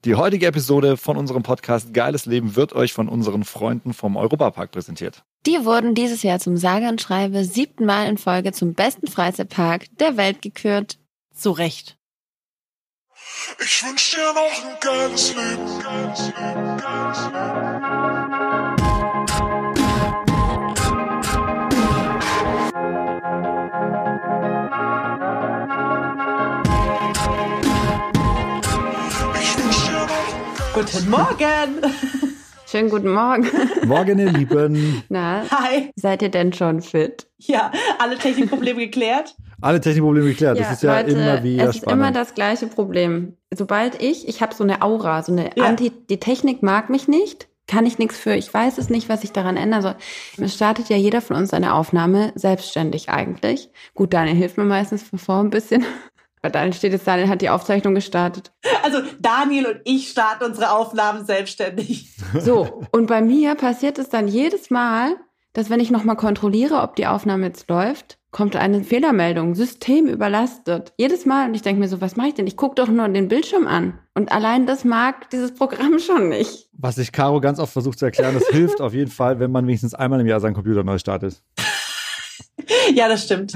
Die heutige Episode von unserem Podcast Geiles Leben wird euch von unseren Freunden vom Europapark präsentiert. Die wurden dieses Jahr zum sage und schreibe 7. Mal in Folge zum besten Freizeitpark der Welt gekürt. Zu Recht. Ich wünsch dir noch ein geiles Leben, geiles Leben, geiles Guten Morgen! Schönen guten Morgen. Morgen, ihr Lieben. Na, Hi! seid ihr denn schon fit? Ja, alle Technikprobleme geklärt? Alle Technikprobleme geklärt. Das ist ja Leute, immer wieder es ist spannend. immer das gleiche Problem. Sobald ich habe so eine Aura, so eine die Technik mag mich nicht, kann ich nichts für, ich weiß es nicht, was ich daran ändern soll. Es startet ja jeder von uns eine Aufnahme, selbstständig eigentlich. Gut, Daniel hilft mir meistens vor ein bisschen. Bei Daniel steht jetzt, Daniel hat die Aufzeichnung gestartet. Also Daniel und ich starten unsere Aufnahmen selbstständig. So, und bei mir passiert es dann jedes Mal, dass wenn ich nochmal kontrolliere, ob die Aufnahme jetzt läuft, kommt eine Fehlermeldung, System überlastet. Jedes Mal. Und ich denke mir so, was mache ich denn? Ich gucke doch nur den Bildschirm an. Und allein das mag dieses Programm schon nicht. Was sich Caro ganz oft versucht zu erklären, das hilft auf jeden Fall, wenn man wenigstens einmal im Jahr seinen Computer neu startet. Ja, das stimmt.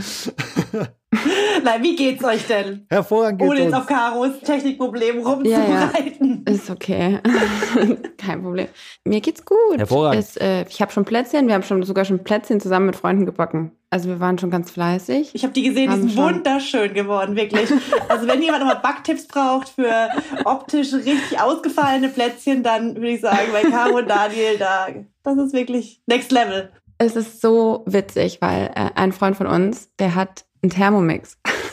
Nein, wie geht's euch denn? Hervorragend Ohne geht's jetzt uns. auf Karos Technikproblem rumzureiten. Ja. Ist okay. Kein Problem. Mir geht's gut. Hervorragend. Ich habe schon Plätzchen, wir haben sogar schon Plätzchen zusammen mit Freunden gebacken. Also wir waren schon ganz fleißig. Ich habe die gesehen, die sind wunderschön geworden, wirklich. Also wenn jemand nochmal Backtipps braucht für optisch richtig ausgefallene Plätzchen, dann würde ich sagen, bei Caro und Daniel, das ist wirklich Next Level. Es ist so witzig, weil ein Freund von uns, der hat einen Thermomix.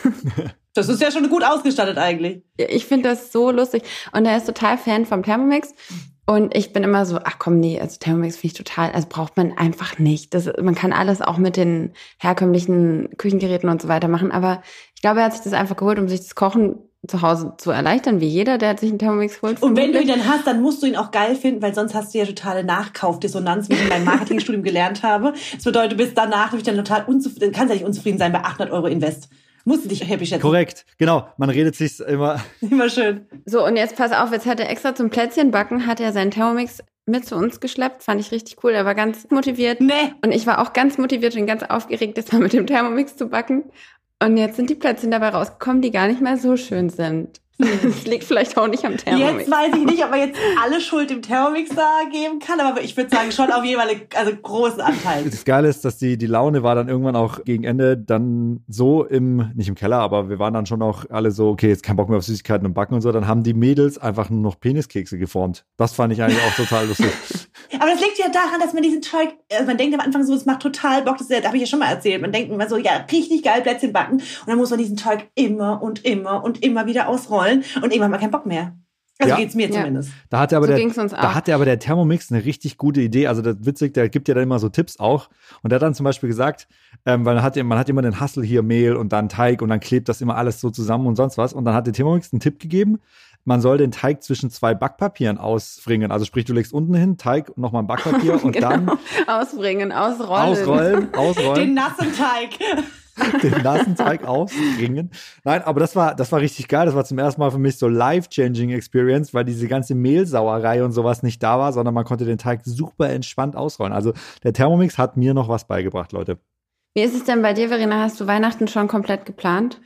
Das ist ja schon gut ausgestattet eigentlich. Ich finde das so lustig. Und er ist total Fan vom Thermomix. Und ich bin immer so, ach komm, nee, also Thermomix finde ich total, also braucht man einfach nicht. Man kann alles auch mit den herkömmlichen Küchengeräten und so weiter machen. Aber ich glaube, er hat sich das einfach geholt, um sich das Kochen zu Hause zu erleichtern, wie jeder, der sich einen Thermomix holt. Und wenn du ihn dann hast, dann musst du ihn auch geil finden, weil sonst hast du ja totale Nachkaufdissonanz, wie ich in meinem Marketingstudium gelernt habe. Das bedeutet, du bist danach nämlich dann total unzufrieden, kannst ja nicht unzufrieden sein bei 800 € Invest. Musst du dich happy schätzen. Korrekt, genau. Man redet sich immer. Immer schön. So, und jetzt pass auf, jetzt hat er extra zum Plätzchenbacken, hat er seinen Thermomix mit zu uns geschleppt. Fand ich richtig cool. Er war ganz motiviert. Nee. Und ich war auch ganz motiviert und ganz aufgeregt, jetzt mal mit dem Thermomix zu backen. Und jetzt sind die Plätzchen dabei rausgekommen, die gar nicht mehr so schön sind. Das liegt vielleicht auch nicht am Thermomix. Jetzt weiß ich nicht, ob man jetzt alle Schuld dem Thermomix da geben kann, aber ich würde sagen, schon auf jeden Fall einen großen Anteil. Das Geile ist, dass die Laune war dann irgendwann auch gegen Ende dann so nicht im Keller, aber wir waren dann schon auch alle so, okay, jetzt kein Bock mehr auf Süßigkeiten und Backen und so. Dann haben die Mädels einfach nur noch Peniskekse geformt. Das fand ich eigentlich auch total lustig. Aber das liegt ja daran, dass man diesen Teig, also man denkt am Anfang so, es macht total Bock, das habe ich ja schon mal erzählt. Man denkt immer so, ja, richtig geil Plätzchen backen. Und dann muss man diesen Teig immer und immer und immer wieder ausrollen. Und irgendwann hat man keinen Bock mehr. Also Ja. geht's mir zumindest. Da hatte aber, So der Thermomix eine richtig gute Idee. Also das witzig, der gibt ja dann immer so Tipps auch. Und der hat dann zum Beispiel gesagt, weil man hat immer den Hassel hier Mehl und dann Teig und dann klebt das immer alles so zusammen und sonst was. Und dann hat der Thermomix einen Tipp gegeben, man soll den Teig zwischen 2 Backpapieren ausbringen. Also sprich, du legst unten hin Teig und nochmal ein Backpapier und genau. dann Ausbringen, ausrollen. ausrollen. Den nassen Teig. Den nassen Teig ausbringen. Nein, aber das war richtig geil. Das war zum ersten Mal für mich so life-changing Experience, weil diese ganze Mehlsauerei und sowas nicht da war, sondern man konnte den Teig super entspannt ausrollen. Also der Thermomix hat mir noch was beigebracht, Leute. Wie ist es denn bei dir, Verena? Hast du Weihnachten schon komplett geplant?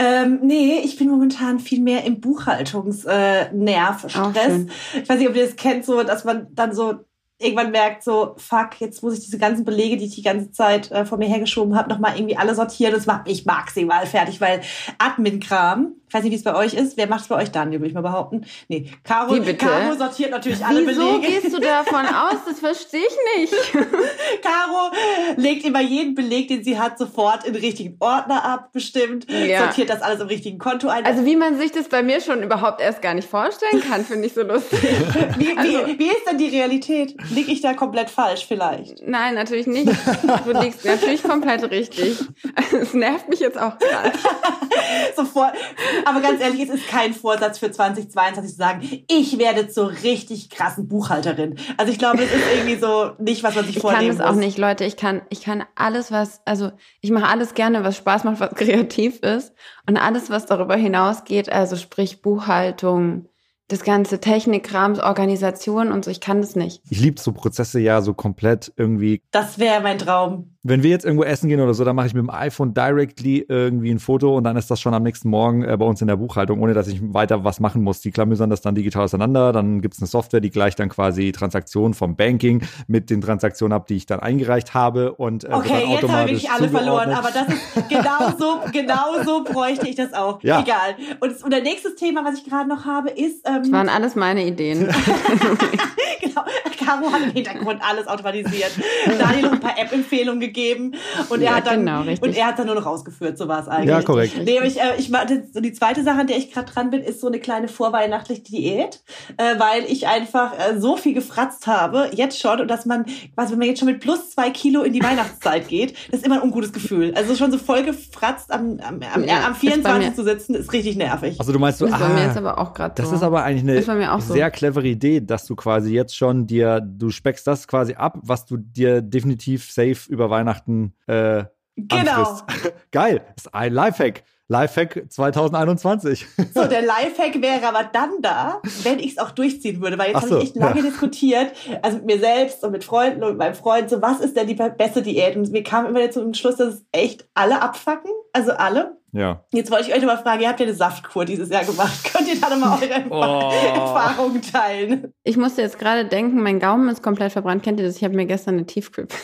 Nee, ich bin momentan viel mehr im Buchhaltungsnerv, Stress. Ich weiß nicht, ob ihr das kennt, so, dass man dann so irgendwann merkt so, fuck, jetzt muss ich diese ganzen Belege, die ich die ganze Zeit vor mir hergeschoben habe, nochmal irgendwie alle sortieren. Das macht mich maximal fertig, weil Admin-Kram, ich weiß nicht, wie es bei euch ist. Wer macht es bei euch, Daniel, würde ich mal behaupten? Nee, Caro sortiert natürlich alle Belege. Wieso gehst du davon aus? Das verstehe ich nicht. Caro legt immer jeden Beleg, den sie hat, sofort in den richtigen Ordner ab, bestimmt. Ja. Sortiert das alles im richtigen Konto ein. Also wie man sich das bei mir schon überhaupt erst gar nicht vorstellen kann, finde ich so lustig. Wie ist denn die Realität? Liege ich da komplett falsch vielleicht? Nein, natürlich nicht. Du liegst natürlich komplett richtig. Es nervt mich jetzt auch gerade. Sofort. Aber ganz ehrlich, es ist kein Vorsatz für 2022 zu sagen, ich werde zur richtig krassen Buchhalterin. Also ich glaube, das ist irgendwie so nicht, was man sich vornehmen muss. Ich kann das auch nicht, Leute. Ich kann alles, ich mache alles gerne, was Spaß macht, was kreativ ist. Und alles, was darüber hinausgeht, also sprich Buchhaltung, das ganze Technikrams, Organisation und so, ich kann das nicht. Ich liebe so Prozesse ja so komplett irgendwie. Das wäre mein Traum. Wenn wir jetzt irgendwo essen gehen oder so, dann mache ich mit dem iPhone directly irgendwie ein Foto und dann ist das schon am nächsten Morgen bei uns in der Buchhaltung, ohne dass ich weiter was machen muss. Die klamüsern das dann digital auseinander, dann gibt's eine Software, die gleicht dann quasi Transaktionen vom Banking mit den Transaktionen ab, die ich dann eingereicht habe und okay, jetzt haben wir wirklich alle verloren, aber das ist genauso bräuchte ich das auch. Ja. Egal. Und der nächste Thema, was ich gerade noch habe, ist... das waren alles meine Ideen. Genau. Caro hat im Hintergrund alles automatisiert. Daniel noch ein paar App-Empfehlungen gegeben und er hat dann nur noch ausgeführt, so war es eigentlich. Ja, korrekt. Nee, so die zweite Sache, an der ich gerade dran bin, ist so eine kleine vorweihnachtliche Diät, weil ich einfach so viel gefratzt habe, jetzt schon, und dass man, wenn man jetzt schon mit plus 2 Kilo in die Weihnachtszeit geht, das ist immer ein ungutes Gefühl. Also schon so voll gefratzt am 24. zu sitzen, ist richtig nervig. Also du meinst, das ist bei mir jetzt aber auch gerade so. Das ist aber eigentlich eine sehr clevere Idee, dass du quasi jetzt schon du speckst das quasi ab, was du dir definitiv safe über Weihnachten anfrisst. Geil, das ist ein Lifehack. Lifehack 2021. So, der Lifehack wäre aber dann da, wenn ich es auch durchziehen würde, weil jetzt habe ich echt lange diskutiert, also mit mir selbst und mit Freunden und mit meinem Freund, so was ist denn die beste Diät? Und wir kamen immer zum Schluss, dass es echt alle abfacken, also alle. Ja. Jetzt wollte ich euch nochmal fragen, ihr habt ja eine Saftkur dieses Jahr gemacht. Könnt ihr da nochmal eure Erfahrungen teilen? Ich musste jetzt gerade denken, mein Gaumen ist komplett verbrannt. Kennt ihr das? Ich habe mir gestern eine Tiefkühlpizza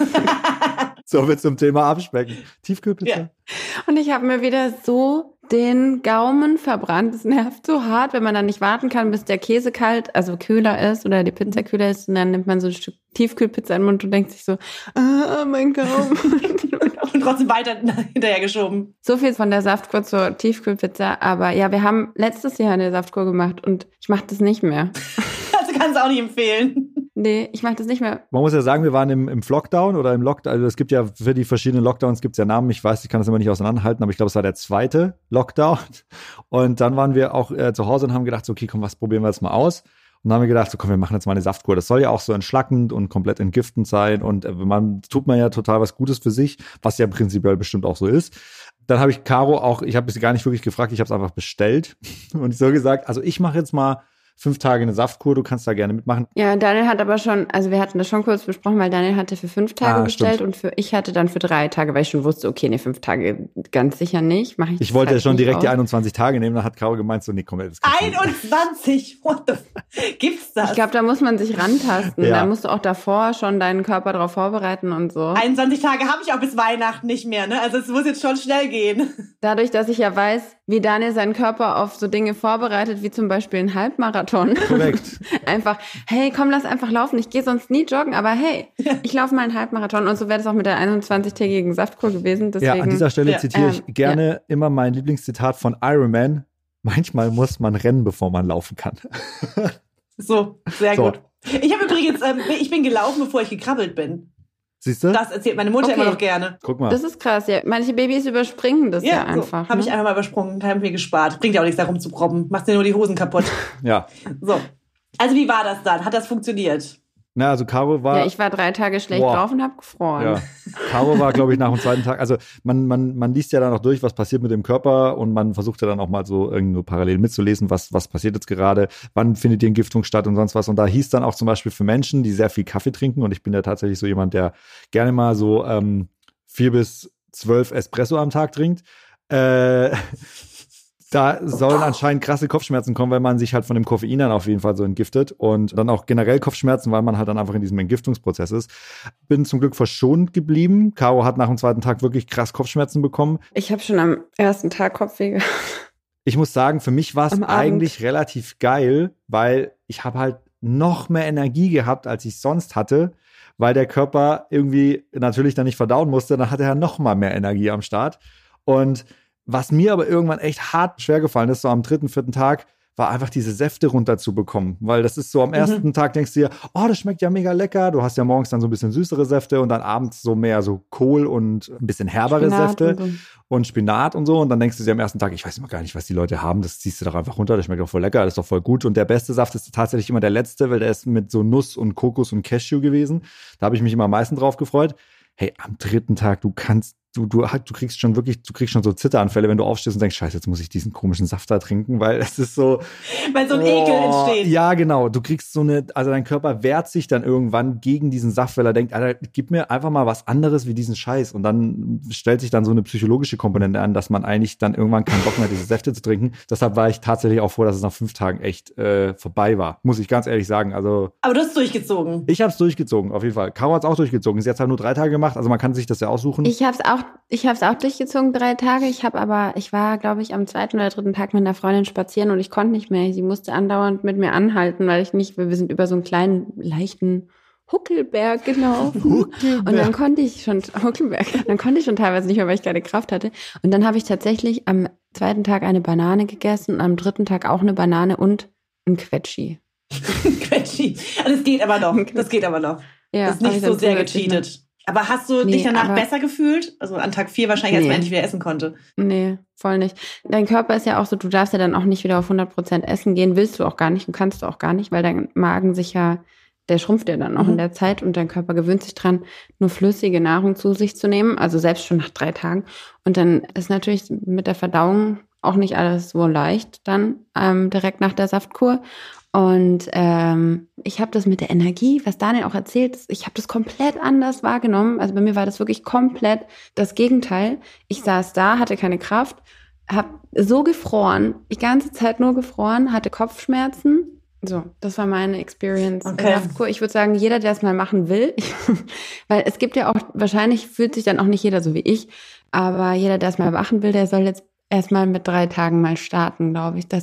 So wird zum Thema Abspecken. Tiefkühlpizza. Ja. Und ich habe mir wieder so den Gaumen verbrannt. Das nervt so hart, wenn man dann nicht warten kann, bis der Käse kalt, also kühler ist oder die Pizza kühler ist. Und dann nimmt man so ein Stück Tiefkühlpizza in den Mund und denkt sich so, mein Gaumen. Und trotzdem weiter hinterher geschoben. So viel von der Saftkur zur Tiefkühlpizza. Aber ja, wir haben letztes Jahr eine Saftkur gemacht und ich mache das nicht mehr. Also kannst du auch nicht empfehlen. Nee, ich mache das nicht mehr. Man muss ja sagen, wir waren im Lockdown oder im Lockdown. Also es gibt ja für die verschiedenen Lockdowns gibt's ja Namen. Ich weiß, ich kann das immer nicht auseinanderhalten, aber ich glaube, es war der 2. Lockdown. Und dann waren wir auch zu Hause und haben gedacht, so, okay, komm, was probieren wir jetzt mal aus? Und dann haben wir gedacht, so komm, wir machen jetzt mal eine Saftkur. Das soll ja auch so entschlackend und komplett entgiftend sein. Und tut man ja total was Gutes für sich, was ja prinzipiell bestimmt auch so ist. Dann habe ich Caro auch, ich habe sie gar nicht wirklich gefragt, ich habe es einfach bestellt. Und so gesagt, also ich mache jetzt mal 5 Tage eine Saftkur, du kannst da gerne mitmachen. Ja, Daniel hat aber schon, also wir hatten das schon kurz besprochen, weil Daniel hatte für 5 Tage bestellt und ich hatte dann für 3 Tage, weil ich schon wusste, okay, nee, 5 Tage ganz sicher nicht. Mach ich wollte ja schon direkt aus. Die 21 Tage nehmen, dann hat Caro gemeint, so, nee, komm, das kannst 21? What the gibt's das? Ich glaube, da muss man sich rantasten. Ja. Da musst du auch davor schon deinen Körper darauf vorbereiten und so. 21 Tage habe ich auch bis Weihnachten nicht mehr, ne? Also es muss jetzt schon schnell gehen. Dadurch, dass ich ja weiß, wie Daniel seinen Körper auf so Dinge vorbereitet, wie zum Beispiel einen Halbmarathon. Korrekt. Einfach, hey, komm, lass einfach laufen. Ich gehe sonst nie joggen, aber hey, ich laufe mal einen Halbmarathon. Und so wäre das auch mit der 21-tägigen Saftkur gewesen. Deswegen, ja, an dieser Stelle zitiere ich gerne immer mein Lieblingszitat von Iron Man. Manchmal muss man rennen, bevor man laufen kann. So, sehr gut. Ich habe übrigens, ich bin gelaufen, bevor ich gekrabbelt bin. Siehst du? Das erzählt meine Mutter immer noch gerne. Guck mal. Das ist krass, ja. Manche Babys überspringen das ja einfach. So. Habe ich einfach mal übersprungen, haben mir gespart. Bringt ja auch nichts, da rumzuprobben. Macht dir nur die Hosen kaputt. Ja. So. Also wie war das dann? Hat das funktioniert? Na, also Caro war... Ja, ich war 3 Tage schlecht drauf und habe gefroren. Ja. Caro war, glaube ich, nach dem 2. Tag... Also man liest ja dann auch durch, was passiert mit dem Körper und man versucht ja dann auch mal so irgendwo parallel mitzulesen, was passiert jetzt gerade, wann findet die Entgiftung statt und sonst was. Und da hieß dann auch zum Beispiel für Menschen, die sehr viel Kaffee trinken, und ich bin ja tatsächlich so jemand, der gerne mal so 4 bis 12 Espresso am Tag trinkt, da sollen anscheinend krasse Kopfschmerzen kommen, weil man sich halt von dem Koffein dann auf jeden Fall so entgiftet und dann auch generell Kopfschmerzen, weil man halt dann einfach in diesem Entgiftungsprozess ist. Bin zum Glück verschont geblieben. Caro hat nach dem 2. Tag wirklich krass Kopfschmerzen bekommen. Ich habe schon am 1. Tag Kopfweh gehabt. Ich muss sagen, für mich war es eigentlich relativ geil, weil ich habe halt noch mehr Energie gehabt, als ich sonst hatte, weil der Körper irgendwie natürlich dann nicht verdauen musste. Dann hatte er noch mal mehr Energie am Start. Und was mir aber irgendwann echt hart schwer gefallen ist, so am 3., 4. Tag, war einfach diese Säfte runterzubekommen. Weil das ist so, am 1. Tag denkst du dir, oh, das schmeckt ja mega lecker. Du hast ja morgens dann so ein bisschen süßere Säfte und dann abends so mehr so Kohl und ein bisschen herbere Säfte und Spinat und so. Und dann denkst du dir am 1. Tag, ich weiß immer gar nicht, was die Leute haben. Das ziehst du doch einfach runter. Das schmeckt doch voll lecker. Das ist doch voll gut. Und der beste Saft ist tatsächlich immer der letzte, weil der ist mit so Nuss und Kokos und Cashew gewesen. Da habe ich mich immer am meisten drauf gefreut. Hey, am 3. Tag, du du kriegst schon so Zitteranfälle, wenn du aufstehst und denkst, scheiße, jetzt muss ich diesen komischen Saft da trinken, weil es ist so. Weil so ein Ekel entsteht. Ja, genau. Du kriegst also dein Körper wehrt sich dann irgendwann gegen diesen Saft, weil er denkt, Alter, gib mir einfach mal was anderes wie diesen Scheiß. Und dann stellt sich dann so eine psychologische Komponente an, dass man eigentlich dann irgendwann keinen Bock mehr hat, diese Säfte zu trinken. Deshalb war ich tatsächlich auch froh, dass es nach 5 Tagen echt vorbei war. Muss ich ganz ehrlich sagen. Also. Aber du hast es durchgezogen. Ich habe es durchgezogen, auf jeden Fall. Caro hat es auch durchgezogen. Sie hat halt nur 3 Tage gemacht, also man kann sich das ja aussuchen. Ich habe es auch durchgezogen, 3 Tage. Ich war, glaube ich, am 2. oder 3. Tag mit einer Freundin spazieren und ich konnte nicht mehr. Sie musste andauernd mit mir anhalten, weil wir sind über so einen kleinen, leichten Huckelberg gelaufen. Und dann konnte ich schon teilweise nicht mehr, weil ich keine Kraft hatte. Und dann habe ich tatsächlich am 2. Tag eine Banane gegessen und am 3. Tag auch eine Banane und ein Quetschi. Quetschi. Das geht aber noch. Ja, das ist nicht so sehr gecheatet. Aber hast du dich danach besser gefühlt? Also an Tag 4 wahrscheinlich, als man endlich wieder essen konnte. Nee, voll nicht. Dein Körper ist ja auch so, du darfst ja dann auch nicht wieder auf 100% essen gehen, willst du auch gar nicht und kannst du auch gar nicht, weil dein Magen der schrumpft ja dann auch in der Zeit und dein Körper gewöhnt sich dran, nur flüssige Nahrung zu sich zu nehmen, also selbst schon nach 3 Tagen. Und dann ist natürlich mit der Verdauung auch nicht alles so leicht dann direkt nach der Saftkur. Und ich habe das mit der Energie, was Daniel auch erzählt, ich habe das komplett anders wahrgenommen. Also bei mir war das wirklich komplett das Gegenteil. Ich saß da, hatte keine Kraft, habe so gefroren, die ganze Zeit nur gefroren, hatte Kopfschmerzen. So, das war meine Experience. Okay. Ich würde sagen, jeder, der es mal machen will, weil es gibt ja auch, wahrscheinlich fühlt sich dann auch nicht jeder so wie ich, aber jeder, der es mal machen will, der soll jetzt erstmal mit 3 Tagen mal starten, glaube ich.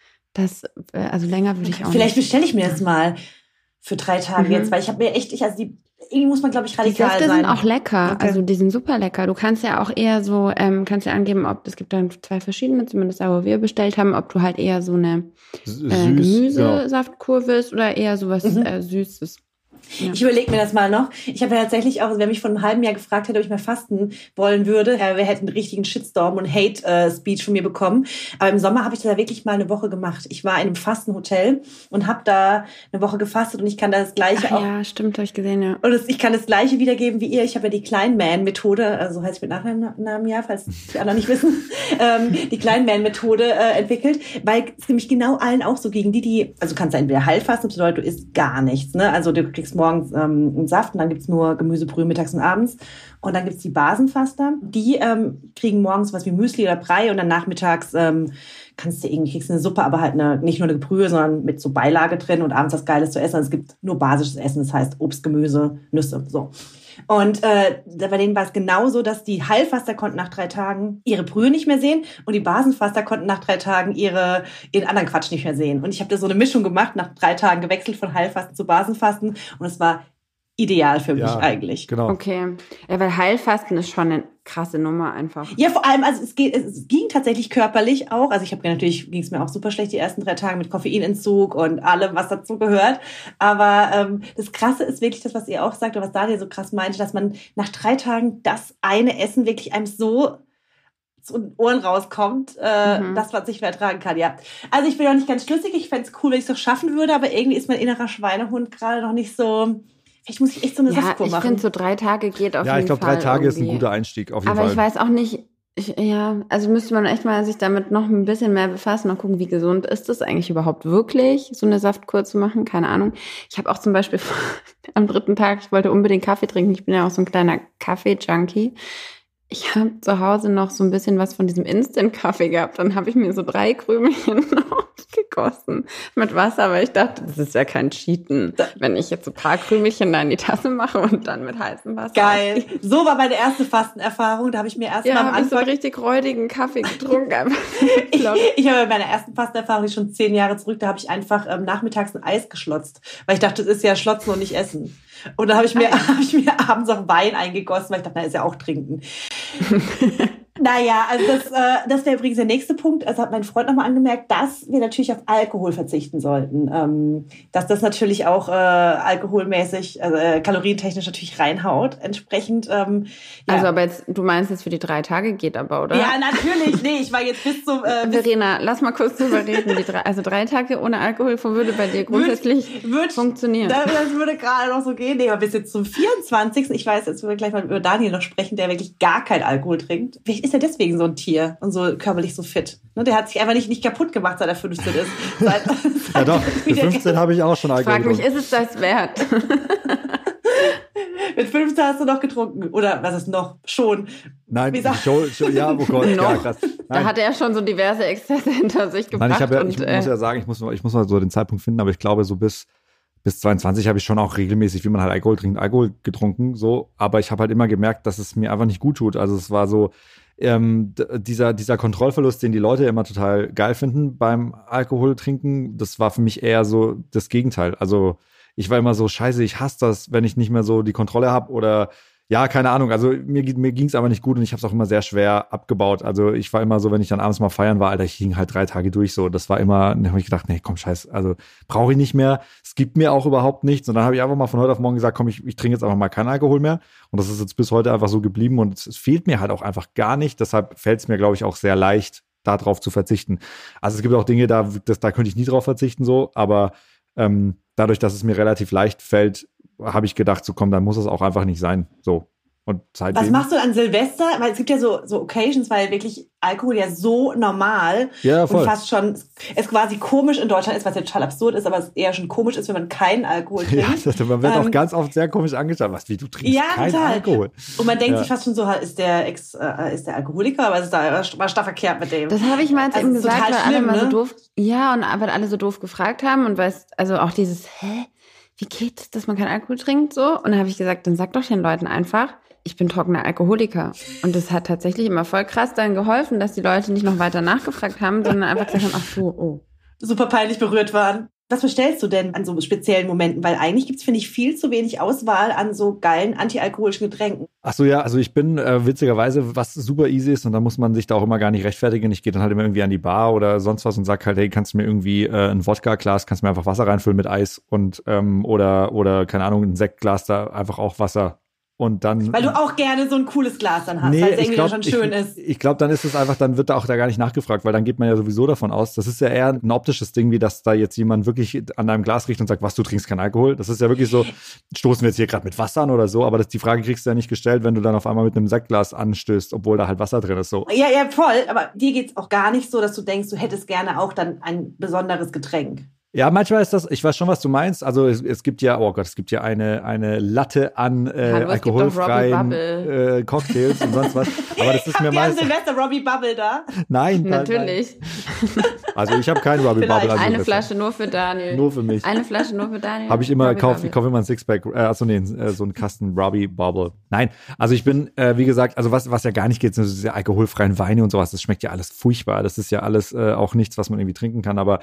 Also länger würde ich auch Vielleicht nicht. bestelle ich mir das mal für 3 Tage jetzt, weil ich habe mir echt, irgendwie muss man, glaube ich, radikal sein. Die Säfte sind auch lecker, Okay. also die sind super lecker. Du kannst ja auch eher so, kannst ja angeben, es gibt dann 2 verschiedene, zumindest da, wo wir bestellt haben, ob du halt eher so eine Gemüsesaftkur willst oder eher sowas Süßes. Ja. Ich überlege mir das mal noch. Ich habe ja tatsächlich auch, wer mich vor einem halben Jahr gefragt hätte, ob ich mal fasten wollen würde, wer hätte einen richtigen Shitstorm und Hate-Speech von mir bekommen. Aber im Sommer habe ich das ja wirklich mal eine Woche gemacht. Ich war in einem Fastenhotel und habe da eine Woche gefastet und ich kann das Gleiche auch. Ja, stimmt, habe ich gesehen, ja. Und ich kann das Gleiche wiedergeben wie ihr. Ich habe ja die Klein-Man-Methode, also heißt es mit Nachnamen, ja, falls die anderen nicht wissen, die Klein-Man-Methode entwickelt, weil es nämlich genau allen auch so gegen also kannst du entweder Heilfasten, das bedeutet, du isst gar nichts, ne? Also du kriegst morgens einen Saft und dann gibt's nur Gemüsebrühe mittags und abends. Und dann gibt's die Basenfaster. Die kriegen morgens was wie Müsli oder Brei und dann nachmittags kriegst du eine Suppe, aber halt nicht nur eine Brühe, sondern mit so Beilage drin und abends was Geiles zu essen. Also es gibt nur basisches Essen, das heißt Obst, Gemüse, Nüsse, so. Und bei denen war es genauso, dass die Heilfaster konnten nach 3 Tagen ihre Brühe nicht mehr sehen und die Basenfaster konnten nach 3 Tagen ihren anderen Quatsch nicht mehr sehen. Und ich habe da so eine Mischung gemacht, nach 3 Tagen gewechselt von Heilfasten zu Basenfasten und es war ideal für mich eigentlich. Genau. Okay. Ja, weil Heilfasten ist schon eine krasse Nummer einfach. Ja, vor allem, also es ging tatsächlich körperlich auch. Also natürlich ging es mir auch super schlecht die ersten 3 Tage mit Koffeinentzug und allem, was dazu gehört. Aber das Krasse ist wirklich das, was ihr auch sagt, oder was Daniel so krass meinte, dass man nach 3 Tagen das eine Essen wirklich einem so zu den Ohren rauskommt, dass man sich mehr ertragen kann, ja. Also ich bin noch nicht ganz schlüssig. Ich fände es cool, wenn ich es doch schaffen würde, aber irgendwie ist mein innerer Schweinehund gerade noch nicht so. Vielleicht muss ich echt so eine Saftkur machen. Ich finde, so 3 Tage geht auf jeden Fall. Ja, ich glaube, 3 Tage ist ein guter Einstieg, auf jeden Fall. Aber ich weiß auch nicht, also müsste man echt mal sich damit noch ein bisschen mehr befassen und gucken, wie gesund ist das eigentlich überhaupt wirklich, so eine Saftkur zu machen, keine Ahnung. Ich habe auch zum Beispiel am 3. Tag, ich wollte unbedingt Kaffee trinken, ich bin ja auch so ein kleiner Kaffee-Junkie. Ich habe zu Hause noch so ein bisschen was von diesem Instant-Kaffee gehabt. Dann habe ich mir so 3 Krümelchen ausgegossen mit Wasser, weil ich dachte, das ist ja kein Cheaten, wenn ich jetzt so ein paar Krümelchen da in die Tasse mache und dann mit heißem Wasser. Geil. So war meine erste Fastenerfahrung. Da habe ich mir erst mal am Anfang so einen richtig räudigen Kaffee getrunken. Ich habe meine ersten Fastenerfahrung, die ist schon 10 Jahre zurück, da habe ich einfach nachmittags ein Eis geschlotzt, weil ich dachte, das ist ja Schlotzen und nicht Essen. Und da habe ich mir abends auch Wein eingegossen, weil ich dachte, na, ist ja auch trinken. Naja, also das wäre übrigens der nächste Punkt. Also hat mein Freund nochmal angemerkt, dass wir natürlich auf Alkohol verzichten sollten. Dass das natürlich auch alkoholmäßig, also kalorientechnisch natürlich reinhaut. Entsprechend, ja. Also aber jetzt, du meinst jetzt für die 3 Tage geht aber, oder? Ja, natürlich. Nee, ich war jetzt bis zum... Verena, lass mal kurz drüber reden. Also 3 Tage ohne Alkohol würde bei dir grundsätzlich funktionieren. Das würde gerade noch so gehen. Nee, aber bis jetzt zum 24. Ich weiß, jetzt werden wir gleich mal über Daniel noch sprechen, der wirklich gar kein Alkohol trinkt. Vielleicht ist er deswegen so ein Tier und so körperlich so fit. Der hat sich einfach nicht kaputt gemacht, seit er 15 ist. Ja doch, mit 15 habe ich auch schon Alkohol getrunken. Frag mich, ist es das wert? Mit 15 hast du noch getrunken. Oder was ist noch? Schon. Nein, schon, ja, oh Gott. Ja, krass. Da hat er schon so diverse Exzesse hinter sich gebracht. Nein, ich muss ja sagen, ich muss mal so den Zeitpunkt finden, aber ich glaube, so bis 22 habe ich schon auch regelmäßig, wie man halt Alkohol trinkt, Alkohol getrunken. So, aber ich habe halt immer gemerkt, dass es mir einfach nicht gut tut. Also es war so dieser Kontrollverlust, den die Leute immer total geil finden beim Alkohol trinken, das war für mich eher so das Gegenteil. Also ich war immer so, scheiße, ich hasse das, wenn ich nicht mehr so die Kontrolle habe oder ja, keine Ahnung. Also mir ging es aber nicht gut und ich habe es auch immer sehr schwer abgebaut. Also ich war immer so, wenn ich dann abends mal feiern war, Alter, ich hing halt 3 Tage durch so. Das war immer, dann habe ich gedacht, nee, komm, scheiß, also brauche ich nicht mehr. Es gibt mir auch überhaupt nichts. Und dann habe ich einfach mal von heute auf morgen gesagt, komm, ich trinke jetzt einfach mal keinen Alkohol mehr. Und das ist jetzt bis heute einfach so geblieben und es fehlt mir halt auch einfach gar nicht. Deshalb fällt es mir, glaube ich, auch sehr leicht, darauf zu verzichten. Also es gibt auch Dinge, da könnte ich nie drauf verzichten so, aber dadurch, dass es mir relativ leicht fällt, habe ich gedacht, so komm, dann muss es auch einfach nicht sein. So. Und seitdem, was machst du an Silvester? Weil es gibt ja so Occasions, weil wirklich Alkohol ja so normal und fast schon es quasi komisch in Deutschland ist, was ja total absurd ist, aber es eher schon komisch ist, wenn man keinen Alkohol trinkt. Ja, man wird auch ganz oft sehr komisch angeschaut. Was, wie, du trinkst keinen Alkohol? Und man denkt sich fast schon so, ist der Alkoholiker, aber es ist da was da verkehrt mit dem. Das habe ich mal eben gesagt, weil alle mal so doof, und aber alle so doof gefragt haben und also auch dieses, wie geht es, dass man keinen Alkohol trinkt, so? Und dann habe ich gesagt, dann sag doch den Leuten einfach, ich bin trockener Alkoholiker. Und das hat tatsächlich immer voll krass dann geholfen, dass die Leute nicht noch weiter nachgefragt haben, sondern einfach gesagt haben, ach so, oh. Super peinlich berührt waren. Was bestellst du denn an so speziellen Momenten? Weil eigentlich gibt's, finde ich, viel zu wenig Auswahl an so geilen antialkoholischen Getränken. Ach so, ja, also ich bin witzigerweise, was super easy ist und da muss man sich da auch immer gar nicht rechtfertigen. Ich gehe dann halt immer irgendwie an die Bar oder sonst was und sag halt, hey, kannst du mir irgendwie ein Wodka-Glas, kannst du mir einfach Wasser reinfüllen mit Eis und oder keine Ahnung, ein Sektglas, da einfach auch Wasser. Und dann, weil du auch gerne so ein cooles Glas dann hast, weil es irgendwie schon schön ist. Ich glaube, dann ist es einfach, dann wird da auch da gar nicht nachgefragt, weil dann geht man ja sowieso davon aus, das ist ja eher ein optisches Ding, wie dass da jetzt jemand wirklich an deinem Glas riecht und sagt, was, du trinkst keinen Alkohol? Das ist ja wirklich so, stoßen wir jetzt hier gerade mit Wasser an oder so, aber die Frage kriegst du ja nicht gestellt, wenn du dann auf einmal mit einem Sektglas anstößt, obwohl da halt Wasser drin ist. So. Ja, voll, aber dir geht's auch gar nicht so, dass du denkst, du hättest gerne auch dann ein besonderes Getränk. Ja, manchmal ist das, ich weiß schon, was du meinst. Also es gibt ja, oh Gott, es gibt ja eine Latte an alkoholfreien Cocktails und sonst was. Aber das ist mir meistens. Silvester Robbie Bubble da? Nein. Natürlich. Nein. Also ich habe keinen Robbie Bubble. Also eine Flasche nur für Daniel. Nur für mich. Eine Flasche nur für Daniel. Habe ich immer, ich kaufe immer ein Sixpack, so einen Kasten Robbie Bubble. Nein, also ich bin, wie gesagt, also was ja gar nicht geht, sind diese alkoholfreien Weine und sowas. Das schmeckt ja alles furchtbar. Das ist ja alles auch nichts, was man irgendwie trinken kann, aber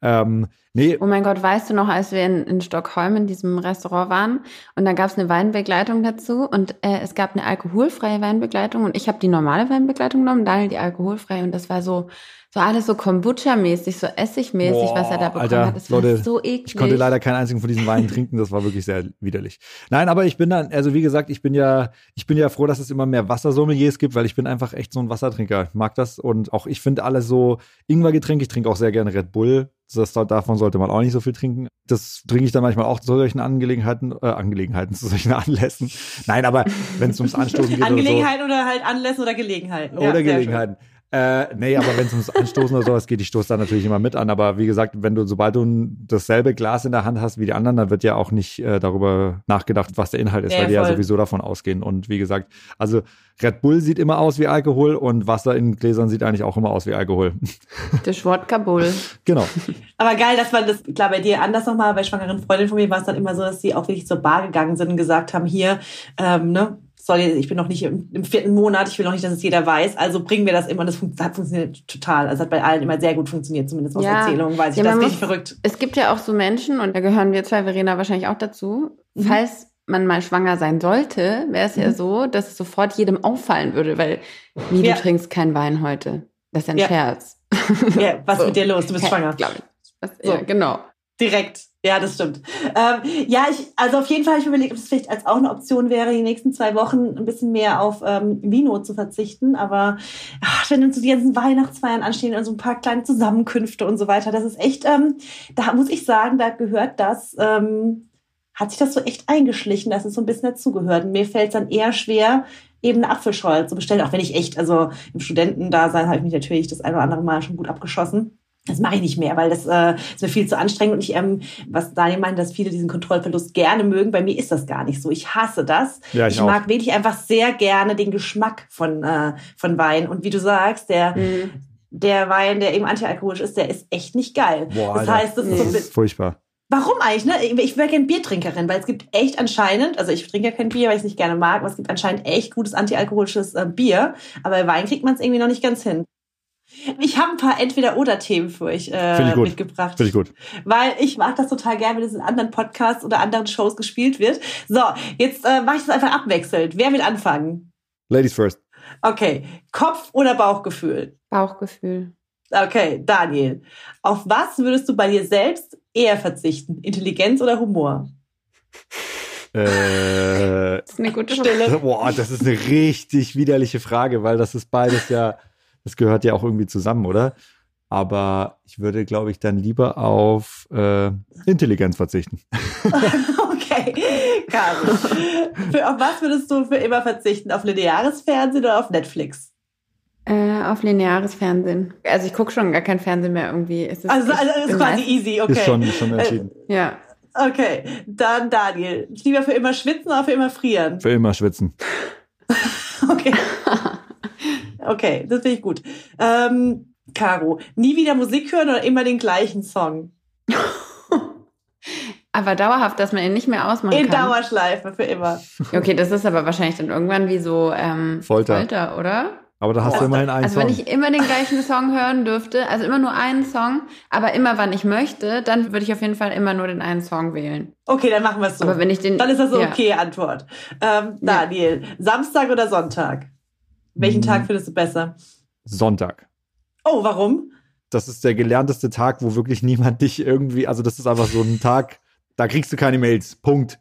nee. Oh mein Gott, weißt du noch, als wir in Stockholm in diesem Restaurant waren und da gab es eine Weinbegleitung dazu und es gab eine alkoholfreie Weinbegleitung und ich habe die normale Weinbegleitung genommen, Daniel die alkoholfreie und das war so alles so Kombucha-mäßig, so Essigmäßig, was er da bekommen hat. Das Leute, war so eklig. Ich konnte leider keinen einzigen von diesen Weinen trinken, das war wirklich sehr widerlich. Nein, aber ich bin dann, also wie gesagt, ich bin ja froh, dass es immer mehr Wassersommeliers gibt, weil ich bin einfach echt so ein Wassertrinker. Ich mag das und auch ich finde alle so Ingwergetränke, ich trinke auch sehr gerne Red Bull. Davon sollte man auch nicht so viel trinken. Das trinke ich dann manchmal auch zu solchen zu solchen Anlässen. Nein, aber wenn es ums Anstoßen geht Angelegenheiten oder halt Anlässe oder Gelegenheiten. Oder Gelegenheiten. Nee, aber wenn es ums Anstoßen oder sowas geht, ich stoße da natürlich immer mit an. Aber wie gesagt, sobald du dasselbe Glas in der Hand hast wie die anderen, dann wird ja auch nicht darüber nachgedacht, was der Inhalt ist, weil die ja sowieso davon ausgehen. Und wie gesagt, also Red Bull sieht immer aus wie Alkohol und Wasser in Gläsern sieht eigentlich auch immer aus wie Alkohol. Der Wodka Bull. Genau. Aber geil, dass man das, klar, bei dir anders nochmal, bei schwangeren Freundinnen von mir war es dann immer so, dass sie auch wirklich zur Bar gegangen sind und gesagt haben, hier, ich bin noch nicht im 4. Monat, ich will noch nicht, dass es jeder weiß, also bringen wir das immer, das hat funktioniert total. Also hat bei allen immer sehr gut funktioniert, zumindest aus Erzählungen, weiß ich, das ist richtig verrückt. Es gibt ja auch so Menschen, und da gehören wir zwei, Verena, wahrscheinlich auch dazu, falls man mal schwanger sein sollte, wäre es ja so, dass es sofort jedem auffallen würde, weil du trinkst keinen Wein heute. Das ist ein Scherz. Ja, was ist mit dir los? Du bist schwanger. Glaube ich. Ja, genau. Direkt. Ja, das stimmt. Also auf jeden Fall habe ich mir überlegt, ob es vielleicht als auch eine Option wäre, die nächsten 2 Wochen ein bisschen mehr auf Vino zu verzichten. Aber wenn dann so die ganzen Weihnachtsfeiern anstehen und so ein paar kleine Zusammenkünfte und so weiter, das ist echt, da muss ich sagen, da gehört das, hat sich das so echt eingeschlichen, dass es so ein bisschen dazugehört. Und mir fällt es dann eher schwer, eben eine Apfelschorle zu bestellen, auch wenn ich echt, also im Studentendasein habe ich mich natürlich das ein oder andere Mal schon gut abgeschossen. Das mache ich nicht mehr, weil das ist mir viel zu anstrengend. Und ich, was Daniel meinte, dass viele diesen Kontrollverlust gerne mögen, bei mir ist das gar nicht so. Ich hasse das. Ja, ich mag wirklich einfach sehr gerne den Geschmack von Wein. Und wie du sagst, der Wein, der eben antialkoholisch ist, der ist echt nicht geil. Boah, das heißt, das ist furchtbar. Warum eigentlich? Ne? Ich wäre gerne Biertrinkerin, weil es gibt echt anscheinend, also ich trinke ja kein Bier, weil ich es nicht gerne mag, aber es gibt anscheinend echt gutes antialkoholisches Bier. Aber bei Wein kriegt man es irgendwie noch nicht ganz hin. Ich habe ein paar Entweder-oder-Themen für euch mitgebracht. Finde ich gut. Weil ich mag das total gerne, wenn es in anderen Podcasts oder anderen Shows gespielt wird. So, jetzt mache ich das einfach abwechselnd. Wer will anfangen? Ladies first. Okay. Kopf- oder Bauchgefühl? Bauchgefühl. Okay, Daniel. Auf was würdest du bei dir selbst eher verzichten? Intelligenz oder Humor? Das ist eine gute Stelle. Boah, das ist eine richtig widerliche Frage, weil das ist beides ja... Das gehört ja auch irgendwie zusammen, oder? Aber ich würde, glaube ich, dann lieber auf Intelligenz verzichten. Okay, Caro. Auf was würdest du für immer verzichten? Auf lineares Fernsehen oder auf Netflix? Auf lineares Fernsehen. Also ich gucke schon gar kein Fernsehen mehr irgendwie. Also ist quasi easy, okay. Ist schon entschieden. Ja. Okay, dann Daniel. Lieber für immer schwitzen oder für immer frieren? Für immer schwitzen. Okay. Okay, das finde ich gut. Caro, nie wieder Musik hören oder immer den gleichen Song? Aber dauerhaft, dass man ihn nicht mehr ausmachen kann. In Dauerschleife, für immer. Okay, das ist aber wahrscheinlich dann irgendwann wie so Folter, oder? Aber da hast du immerhin einen Song. Also wenn ich immer den gleichen Song hören dürfte, also immer nur einen Song, aber immer wann ich möchte, dann würde ich auf jeden Fall immer nur den einen Song wählen. Okay, dann machen wir es so. Aber wenn ich den, dann ist das eine okay Antwort. Daniel, Samstag oder Sonntag? Welchen Tag findest du besser? Sonntag. Oh, warum? Das ist der gelernteste Tag, wo wirklich niemand dich irgendwie, also das ist einfach so ein Tag, da kriegst du keine Mails. Punkt.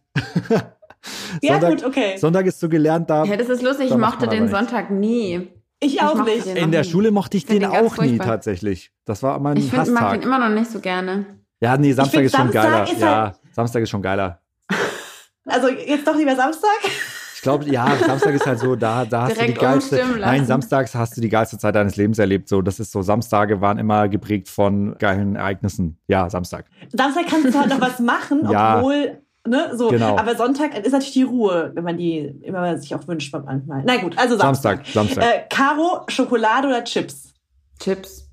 Ja, gut, okay. Sonntag ist so gelernt, da. Ja, das ist lustig, ich mochte den Sonntag nie. Ich auch nicht. In der Schule mochte ich den auch nie tatsächlich. Das war mein Hasstag. Ich mag den immer noch nicht so gerne. Ja, nee, Samstag ist schon geiler. Ja, Samstag ist schon geiler. Also jetzt doch lieber Samstag? Ich glaube, ja, Samstag ist halt so, da hast du die geilste. Nein, samstags hast du die geilste Zeit deines Lebens erlebt. So, das ist so, Samstage waren immer geprägt von geilen Ereignissen. Ja, Samstag. Samstag kannst du halt noch was machen, obwohl, ne, so. Genau. Aber Sonntag ist natürlich die Ruhe, wenn man die immer sich auch wünscht manchmal. Na gut, also Samstag. Caro, Schokolade oder Chips? Chips.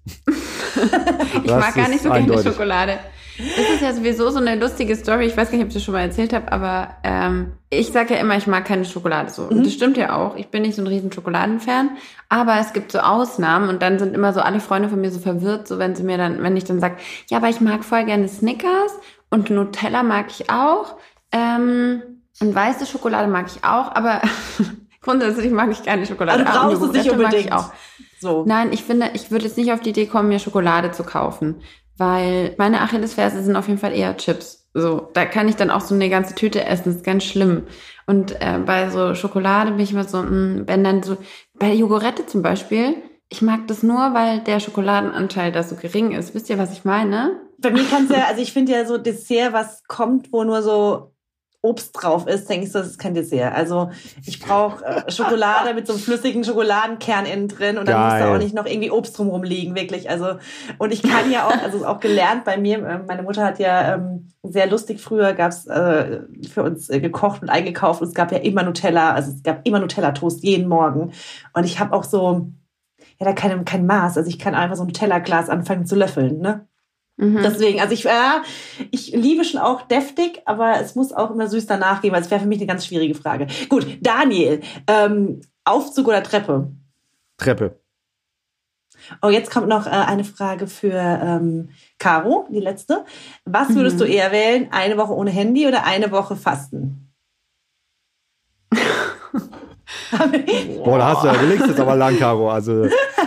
Ich mag gar nicht so gerne Schokolade. Das ist ja sowieso so eine lustige Story. Ich weiß gar nicht, ob ich das schon mal erzählt habe, aber ich sage ja immer, ich mag keine Schokolade so. Und das stimmt ja auch. Ich bin nicht so ein riesen Schokoladenfan, aber es gibt so Ausnahmen und dann sind immer so alle Freunde von mir so verwirrt, so wenn ich dann sage, ja, aber ich mag voll gerne Snickers und Nutella mag ich auch und weiße Schokolade mag ich auch, aber grundsätzlich mag ich keine Schokolade. Also brauchst du es nicht unbedingt. Auch. So. Nein, ich finde, ich würde jetzt nicht auf die Idee kommen, mir Schokolade zu kaufen. Weil meine Achillesferse sind auf jeden Fall eher Chips. So, da kann ich dann auch so eine ganze Tüte essen. Das ist ganz schlimm. Und bei so Schokolade bin ich immer so, wenn dann so, bei Jogurette zum Beispiel, ich mag das nur, weil der Schokoladenanteil da so gering ist. Wisst ihr, was ich meine? Bei mir kann es ja, also ich finde ja so Dessert, was kommt, wo nur so Obst drauf ist, denke ich, das ist kein Dessert. Also ich brauche Schokolade mit so einem flüssigen Schokoladenkern innen drin und dann muss da auch nicht noch irgendwie Obst drumherum liegen, wirklich. Also und ich kann ja auch, also auch gelernt bei mir, meine Mutter hat ja sehr lustig, früher gab's für uns gekocht und eingekauft und es gab ja immer Nutella, also es gab immer Nutella-Toast jeden Morgen und ich habe auch so, ja, da kein Maß, also ich kann einfach so ein Nutella-Glas anfangen zu löffeln, ne? Deswegen, also ich liebe schon auch deftig, aber es muss auch immer süß danach gehen, weil es wäre für mich eine ganz schwierige Frage. Gut, Daniel, Aufzug oder Treppe? Treppe. Oh, jetzt kommt noch eine Frage für Caro, die letzte. Was würdest du eher wählen? Eine Woche ohne Handy oder eine Woche Fasten? Boah, du legst jetzt aber lang, Caro. Also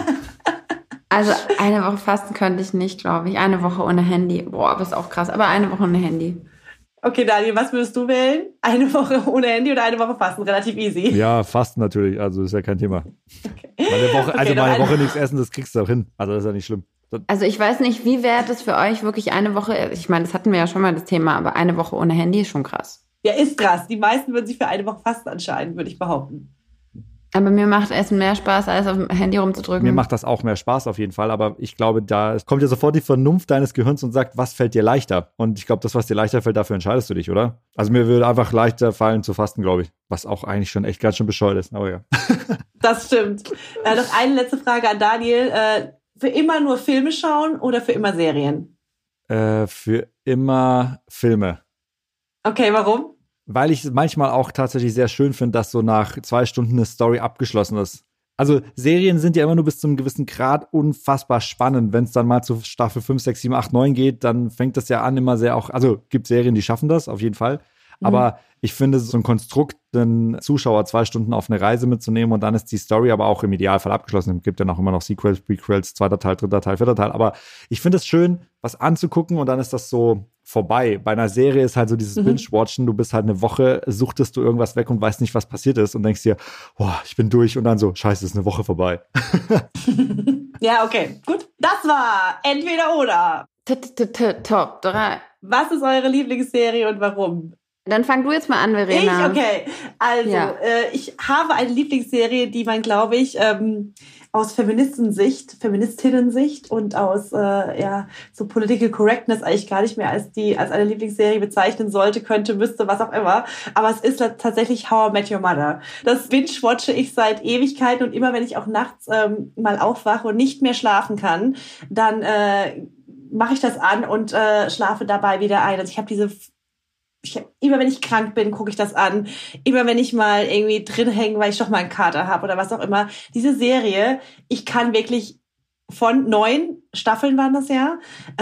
eine Woche fasten könnte ich nicht, glaube ich. Eine Woche ohne Handy. Boah, das ist auch krass. Aber eine Woche ohne Handy. Okay, Daniel, was würdest du wählen? Eine Woche ohne Handy oder eine Woche fasten? Relativ easy. Ja, fasten natürlich. Also ist ja kein Thema. Okay. Meine Woche nichts essen, das kriegst du auch hin. Also das ist ja nicht schlimm. Also ich weiß nicht, wie wäre das für euch wirklich eine Woche? Ich meine, das hatten wir ja schon mal das Thema, aber eine Woche ohne Handy ist schon krass. Ja, ist krass. Die meisten würden sich für eine Woche fasten entscheiden, würde ich behaupten. Aber mir macht Essen mehr Spaß, als auf dem Handy rumzudrücken. Mir macht das auch mehr Spaß auf jeden Fall, aber ich glaube, da kommt ja sofort die Vernunft deines Gehirns und sagt, was fällt dir leichter? Und ich glaube, das, was dir leichter fällt, dafür entscheidest du dich, oder? Also mir würde einfach leichter fallen zu fasten, glaube ich. Was auch eigentlich schon echt ganz schön bescheuert ist, aber ja. Das stimmt. Noch eine letzte Frage an Daniel. Für immer nur Filme schauen oder für immer Serien? Für immer Filme. Okay, warum? Weil ich es manchmal auch tatsächlich sehr schön finde, dass so nach 2 Stunden eine Story abgeschlossen ist. Also Serien sind ja immer nur bis zu einem gewissen Grad unfassbar spannend. Wenn es dann mal zu Staffel 5, 6, 7, 8, 9 geht, dann fängt das ja an immer sehr auch, also gibt Serien, die schaffen das auf jeden Fall. Aber ich finde, so ein Konstrukt, den Zuschauer 2 Stunden auf eine Reise mitzunehmen und dann ist die Story aber auch im Idealfall abgeschlossen. Es gibt ja noch immer noch Sequels, Prequels, 2. Teil, 3. Teil, 4. Teil. Aber ich finde es schön, was anzugucken und dann ist das so vorbei. Bei einer Serie ist halt so dieses Binge-Watchen. Du bist halt eine Woche, suchtest du irgendwas weg und weißt nicht, was passiert ist und denkst dir, boah, ich bin durch und dann so, scheiße, ist eine Woche vorbei. Ja, okay, gut. Das war Entweder oder. Top 3. Was ist eure Lieblingsserie und warum? Dann fang du jetzt mal an, Verena. Okay. Also, Ja. Ich habe eine Lieblingsserie, die man, glaube ich, aus Feministinnen-Sicht und aus so Political Correctness eigentlich gar nicht mehr als eine Lieblingsserie bezeichnen sollte, könnte, müsste, was auch immer. Aber es ist tatsächlich How I Met Your Mother. Das binge-watche ich seit Ewigkeiten und immer, wenn ich auch nachts mal aufwache und nicht mehr schlafen kann, dann mache ich das an und schlafe dabei wieder ein. Also immer wenn ich krank bin, gucke ich das an. Immer wenn ich mal irgendwie drin hänge, weil ich doch mal einen Kater habe oder was auch immer. Diese Serie, ich kann wirklich von 9 Staffeln waren das ja.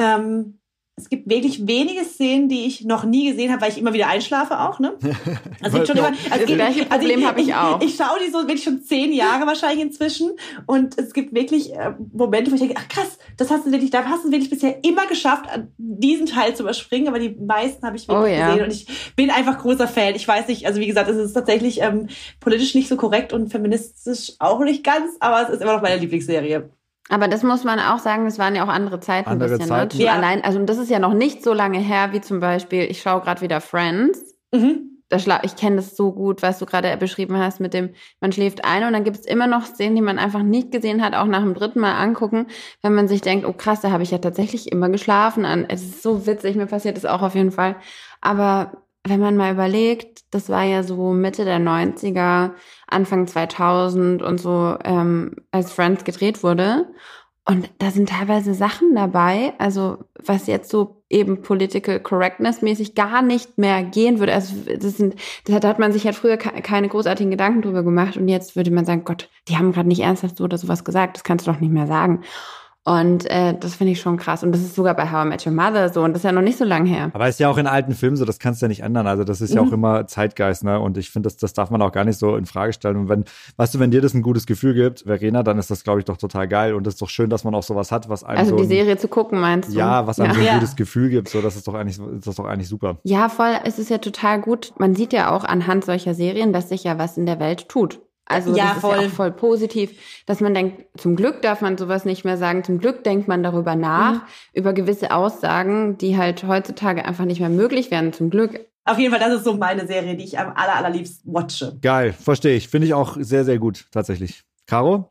Es gibt wirklich wenige Szenen, die ich noch nie gesehen habe, weil ich immer wieder einschlafe auch, ne? Also das gleiche Problem habe ich auch. Ich schaue die so wirklich schon 10 Jahre wahrscheinlich inzwischen und es gibt wirklich Momente, wo ich denke, ach krass, da hast du wirklich bisher immer geschafft, diesen Teil zu überspringen, aber die meisten habe ich wirklich gesehen und ich bin einfach großer Fan. Ich weiß nicht, also wie gesagt, es ist tatsächlich politisch nicht so korrekt und feministisch auch nicht ganz, aber es ist immer noch meine Lieblingsserie. Aber das muss man auch sagen, das waren ja auch andere Zeiten ein bisschen. Zeiten. Ne? Ja. Allein, also das ist ja noch nicht so lange her, wie zum Beispiel, ich schaue gerade wieder Friends. Ich kenne das so gut, was du gerade beschrieben hast mit dem, man schläft ein und dann gibt es immer noch Szenen, die man einfach nicht gesehen hat, auch nach dem 3. Mal angucken, wenn man sich denkt, oh krass, da habe ich ja tatsächlich immer geschlafen. Es ist so witzig, mir passiert das auch auf jeden Fall. Aber wenn man mal überlegt, das war ja so Mitte der 90er, Anfang 2000 und so, als Friends gedreht wurde. Und da sind teilweise Sachen dabei, also was jetzt so eben Political Correctness mäßig gar nicht mehr gehen würde. Also da hat man sich ja früher keine großartigen Gedanken drüber gemacht und jetzt würde man sagen, Gott, die haben gerade nicht ernsthaft so oder sowas gesagt, das kannst du doch nicht mehr sagen. Und das finde ich schon krass. Und das ist sogar bei How I Met Your Mother so. Und das ist ja noch nicht so lange her. Aber ist ja auch in alten Filmen so, das kannst du ja nicht ändern. Also das ist ja auch immer Zeitgeist, ne? Und ich finde, das darf man auch gar nicht so in Frage stellen. Und wenn dir das ein gutes Gefühl gibt, Verena, dann ist das, glaube ich, doch total geil. Und es ist doch schön, dass man auch sowas hat, was einem also die Serie zu gucken, meinst du? Ja, was einem so ein gutes Gefühl gibt. So, das ist doch eigentlich super. Ja, voll. Es ist ja total gut. Man sieht ja auch anhand solcher Serien, dass sich ja was in der Welt tut. Also ja, das ist ja auch voll positiv, dass man denkt, zum Glück darf man sowas nicht mehr sagen, zum Glück denkt man darüber nach, über gewisse Aussagen, die halt heutzutage einfach nicht mehr möglich wären, zum Glück. Auf jeden Fall, das ist so meine Serie, die ich am allerliebsten watche. Geil, verstehe ich. Finde ich auch sehr, sehr gut, tatsächlich. Caro?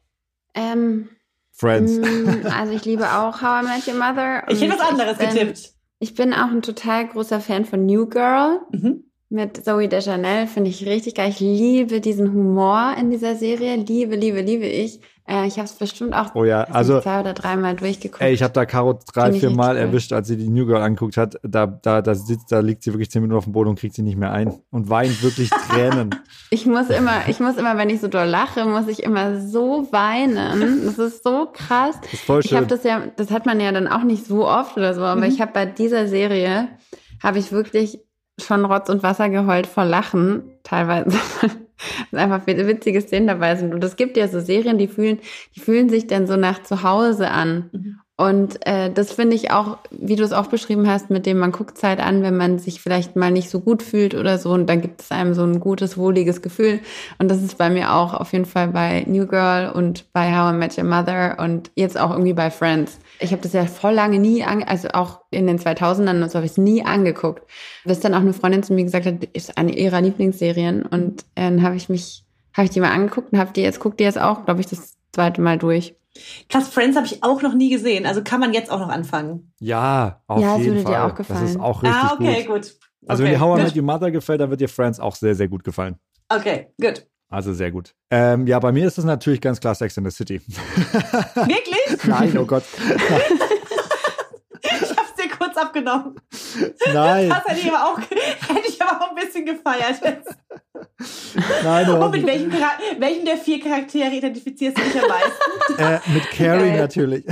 Friends. Also ich liebe auch How I Met Your Mother. Ich hätte was anderes getippt. Ich bin auch ein total großer Fan von New Girl. Mit Zooey Deschanel, finde ich richtig geil. Ich liebe diesen Humor in dieser Serie. Liebe ich. Ich habe es bestimmt auch 2 oder 3 Mal durchgeguckt. Ich habe da Caro 3, 4 Mal erwischt, als sie die New Girl angeguckt hat. Da liegt sie wirklich 10 Minuten auf dem Boden und kriegt sie nicht mehr ein. Und weint wirklich Tränen. Ich muss immer, wenn ich so doll lache, muss ich immer so weinen. Das ist so krass. Das ist voll schön. Das hat man ja dann auch nicht so oft oder so. Aber ich habe bei dieser Serie, habe ich wirklich schon Rotz und Wasser geheult vor Lachen, teilweise. einfach witzige Szenen dabei sind. Und es gibt ja so Serien, die fühlen sich dann so nach Zuhause an. Mhm. Und das finde ich auch, wie du es auch beschrieben hast, mit dem man guckt es halt an, wenn man sich vielleicht mal nicht so gut fühlt oder so. Und dann gibt es einem so ein gutes, wohliges Gefühl. Und das ist bei mir auch auf jeden Fall bei New Girl und bei How I Met Your Mother und jetzt auch irgendwie bei Friends. Ich habe das ja voll lange nie, also auch in den 2000ern und so habe ich es nie angeguckt. Bis dann auch eine Freundin zu mir gesagt hat, ist eine ihrer Lieblingsserien. Und dann habe ich die mal angeguckt und guck die jetzt auch, glaube ich, das zweite Mal durch. Krass, Friends habe ich auch noch nie gesehen. Also kann man jetzt auch noch anfangen. Ja, auf jeden Fall. Ja, das würde dir auch gefallen. Das ist auch richtig okay, gut. Also wenn dir How I Met Your Mother gefällt, dann wird dir Friends auch sehr, sehr gut gefallen. Okay, gut. Also sehr gut. Ja, bei mir ist es natürlich ganz klar Sex in the City. Wirklich? Nein, oh Gott. Ich hab's dir kurz abgenommen. Nein. Das hätte ich aber auch ein bisschen gefeiert jetzt. Nein, und mit welchen der 4 Charaktere identifizierst du dich am meisten? Mit Carrie natürlich.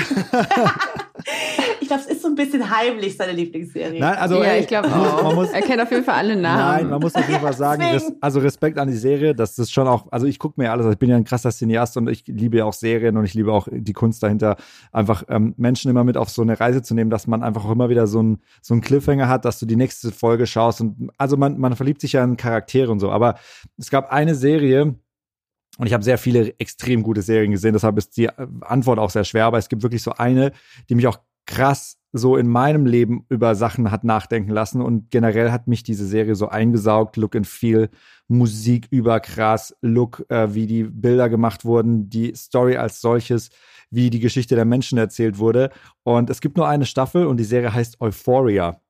Ich glaube, es ist so ein bisschen heimlich seine Lieblingsserie. Nein, also ja, ich glaube auch. Er kennt auf jeden Fall alle Namen. Nein, man muss auf jeden Fall sagen, also Respekt an die Serie, das ist schon auch, also ich gucke mir alles, ich bin ja ein krasser Cineast und ich liebe ja auch Serien und ich liebe auch die Kunst dahinter, einfach Menschen immer mit auf so eine Reise zu nehmen, dass man einfach auch immer wieder so einen Cliffhanger hat, dass du die nächste Folge schaust und also man verliebt sich ja in Charaktere und so, aber es gab eine Serie, und ich habe sehr viele extrem gute Serien gesehen, deshalb ist die Antwort auch sehr schwer, aber es gibt wirklich so eine, die mich auch krass so in meinem Leben über Sachen hat nachdenken lassen und generell hat mich diese Serie so eingesaugt, Look and Feel, Musik überkrass, Look, wie die Bilder gemacht wurden, die Story als solches, wie die Geschichte der Menschen erzählt wurde und es gibt nur eine Staffel und die Serie heißt Euphoria.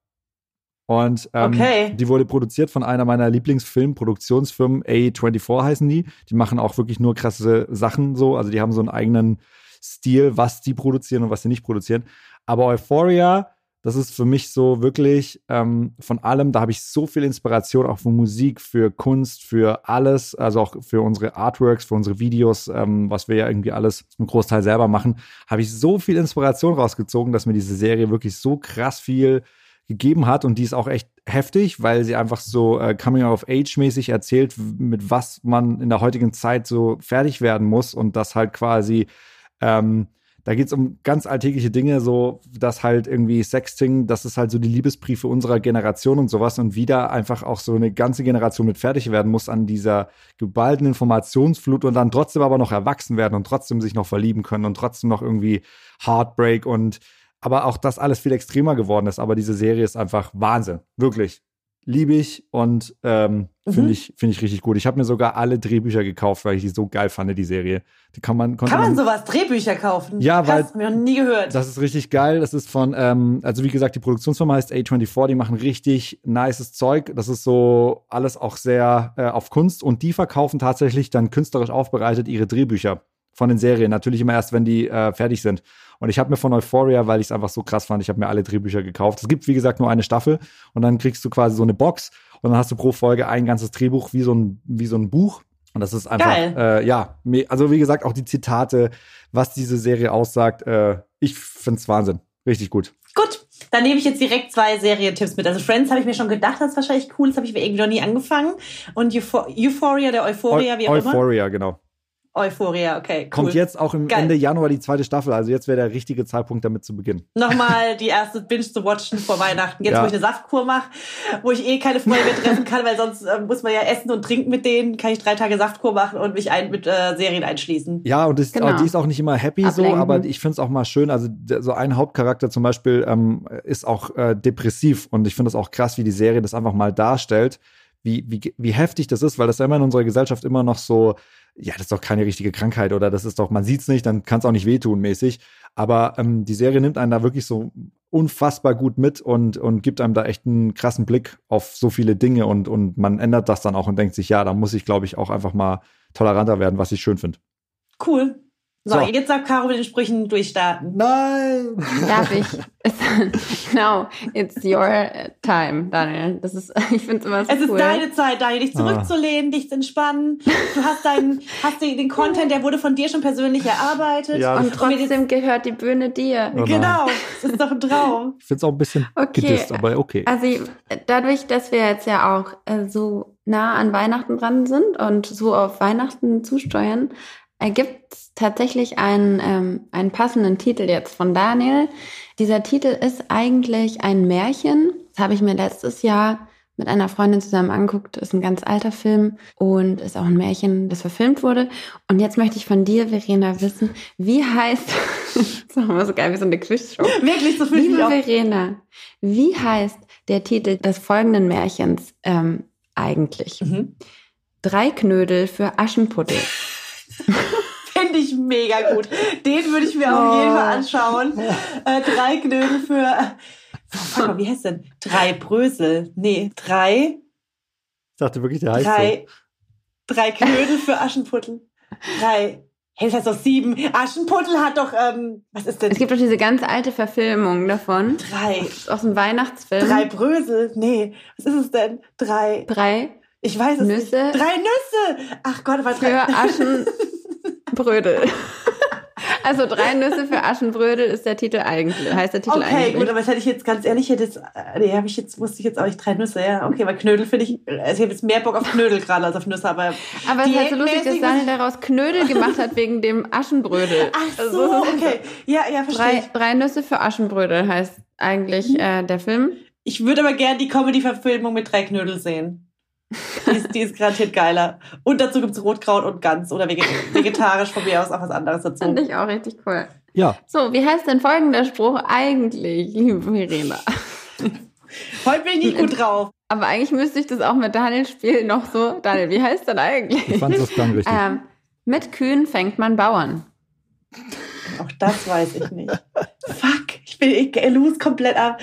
Und die wurde produziert von einer meiner Lieblingsfilmproduktionsfirmen, A24 heißen die. Die machen auch wirklich nur krasse Sachen so. Also die haben so einen eigenen Stil, was die produzieren und was sie nicht produzieren. Aber Euphoria, das ist für mich so wirklich von allem, da habe ich so viel Inspiration, auch für Musik, für Kunst, für alles, also auch für unsere Artworks, für unsere Videos, was wir ja irgendwie alles im Großteil selber machen, habe ich so viel Inspiration rausgezogen, dass mir diese Serie wirklich so krass viel gegeben hat und die ist auch echt heftig, weil sie einfach so Coming-of-Age-mäßig erzählt, mit was man in der heutigen Zeit so fertig werden muss und das halt quasi, da geht's um ganz alltägliche Dinge, so dass halt irgendwie Sexting, das ist halt so die Liebesbriefe unserer Generation und sowas und wieder einfach auch so eine ganze Generation mit fertig werden muss an dieser geballten Informationsflut und dann trotzdem aber noch erwachsen werden und trotzdem sich noch verlieben können und trotzdem noch irgendwie Heartbreak und aber auch das alles viel extremer geworden ist. Aber diese Serie ist einfach Wahnsinn. Wirklich. Liebe ich und finde ich richtig gut. Ich habe mir sogar alle Drehbücher gekauft, weil ich die so geil fand, die Serie. Die kann man sowas, Drehbücher kaufen? Ja, weil das habe ich noch nie gehört. Das ist richtig geil. Das ist von, also wie gesagt, die Produktionsfirma heißt A24. Die machen richtig nices Zeug. Das ist so alles auch sehr auf Kunst. Und die verkaufen tatsächlich dann künstlerisch aufbereitet ihre Drehbücher von den Serien. Natürlich immer erst, wenn die fertig sind. Und ich habe mir von Euphoria, weil ich es einfach so krass fand, ich habe mir alle Drehbücher gekauft. Es gibt, wie gesagt, nur eine Staffel und dann kriegst du quasi so eine Box und dann hast du pro Folge ein ganzes Drehbuch wie so ein Buch. Und das ist einfach, also wie gesagt, auch die Zitate, was diese Serie aussagt, ich find's Wahnsinn. Richtig gut. Gut, dann nehme ich jetzt direkt 2 Serientipps mit. Also Friends habe ich mir schon gedacht, das ist wahrscheinlich cool, das habe ich mir irgendwie noch nie angefangen. Und Euphoria, wie auch immer. Euphoria, genau. Euphoria, okay, cool. Kommt jetzt auch im Ende Januar die 2. Staffel, also jetzt wäre der richtige Zeitpunkt, damit zu beginnen. Nochmal die erste Binge zu watchen vor Weihnachten, jetzt wo ich eine Saftkur mache, wo ich keine Freunde mehr treffen kann, weil sonst muss man ja essen und trinken mit denen, kann ich 3 Tage Saftkur machen und mich mit Serien einschließen. Ja, und die ist auch nicht immer happy so, aber ich finde es auch mal schön, also so ein Hauptcharakter zum Beispiel ist auch depressiv und ich finde das auch krass, wie die Serie das einfach mal darstellt, wie heftig das ist, weil das ja immer in unserer Gesellschaft immer noch so, ja, das ist doch keine richtige Krankheit oder das ist doch, man sieht's nicht, dann kann es auch nicht wehtun mäßig. Aber die Serie nimmt einen da wirklich so unfassbar gut mit und gibt einem da echt einen krassen Blick auf so viele Dinge und man ändert das dann auch und denkt sich, ja, da muss ich, glaube ich, auch einfach mal toleranter werden, was ich schön finde. Cool. So, jetzt darf Caro mit den Sprüchen durchstarten. Nein! Darf ich? Now, it's your time, Daniel. Ich finde es immer so cool. Es ist deine Zeit, Daniel, dich zurückzulehnen, dich zu entspannen. Du hast den Content, der wurde von dir schon persönlich erarbeitet. Ja, und trotzdem gehört die Bühne dir. Oh genau, das ist doch ein Traum. Ich finde es auch ein bisschen gedisst, aber okay. Also dadurch, dass wir jetzt ja auch so nah an Weihnachten dran sind und so auf Weihnachten zusteuern, ergibt es tatsächlich einen passenden Titel jetzt von Daniel. Dieser Titel ist eigentlich ein Märchen. Das habe ich mir letztes Jahr mit einer Freundin zusammen angeguckt. Ist ein ganz alter Film und ist auch ein Märchen, das verfilmt wurde. Und jetzt möchte ich von dir, Verena, wissen, wie heißt, das ist immer so geil wie so eine Quizshow. Wirklich, so viel Liebe Verena, wie heißt der Titel des folgenden Märchens eigentlich? 3 Knödel für Aschenputtel. Finde ich mega gut. Den würde ich mir auf jeden Fall anschauen. 3 Knödel für... Warte mal, wie heißt denn? 3 Brösel. Nee, 3... Ich dachte wirklich, der heißt 3 Knödel für Aschenputtel. 3... Hey, das heißt doch 7. Aschenputtel hat doch... was ist denn? Es gibt doch diese ganz alte Verfilmung davon. 3. Aus dem Weihnachtsfilm. 3 Brösel. Nee, was ist es denn? 3... Ich weiß es Nüsse. nicht. 3 Nüsse. Ach Gott, was für Aschenbrödel. Also 3 Nüsse für Aschenbrödel ist der Titel eigentlich. Heißt der Titel eigentlich. Okay, gut, aber das hätte ich jetzt ganz ehrlich, wusste ich jetzt auch nicht 3 Nüsse, ja. Okay, weil Knödel finde ich, also ich habe jetzt mehr Bock auf Knödel gerade als auf Nüsse, aber. Aber es ist halt so lustig, dass Daniel daraus Knödel gemacht hat wegen dem Aschenbrödel. Ach so, okay. Ja, verstehe. 3 Nüsse für Aschenbrödel heißt eigentlich der Film. Ich würde aber gerne die Comedy-Verfilmung mit 3 Knödel sehen. Die ist garantiert geiler. Und dazu gibt's Rotkraut und Gans oder vegetarisch von mir aus auch was anderes dazu. Finde ich auch richtig cool. Ja. So, wie heißt denn folgender Spruch eigentlich, liebe Verena? Heute bin ich nicht gut drauf. Aber eigentlich müsste ich das auch mit Daniel spielen noch so. Daniel, wie heißt denn eigentlich? Ich fand das dann richtig. Mit Kühen fängt man Bauern. Auch das weiß ich nicht. Fuck, ich lose komplett ab.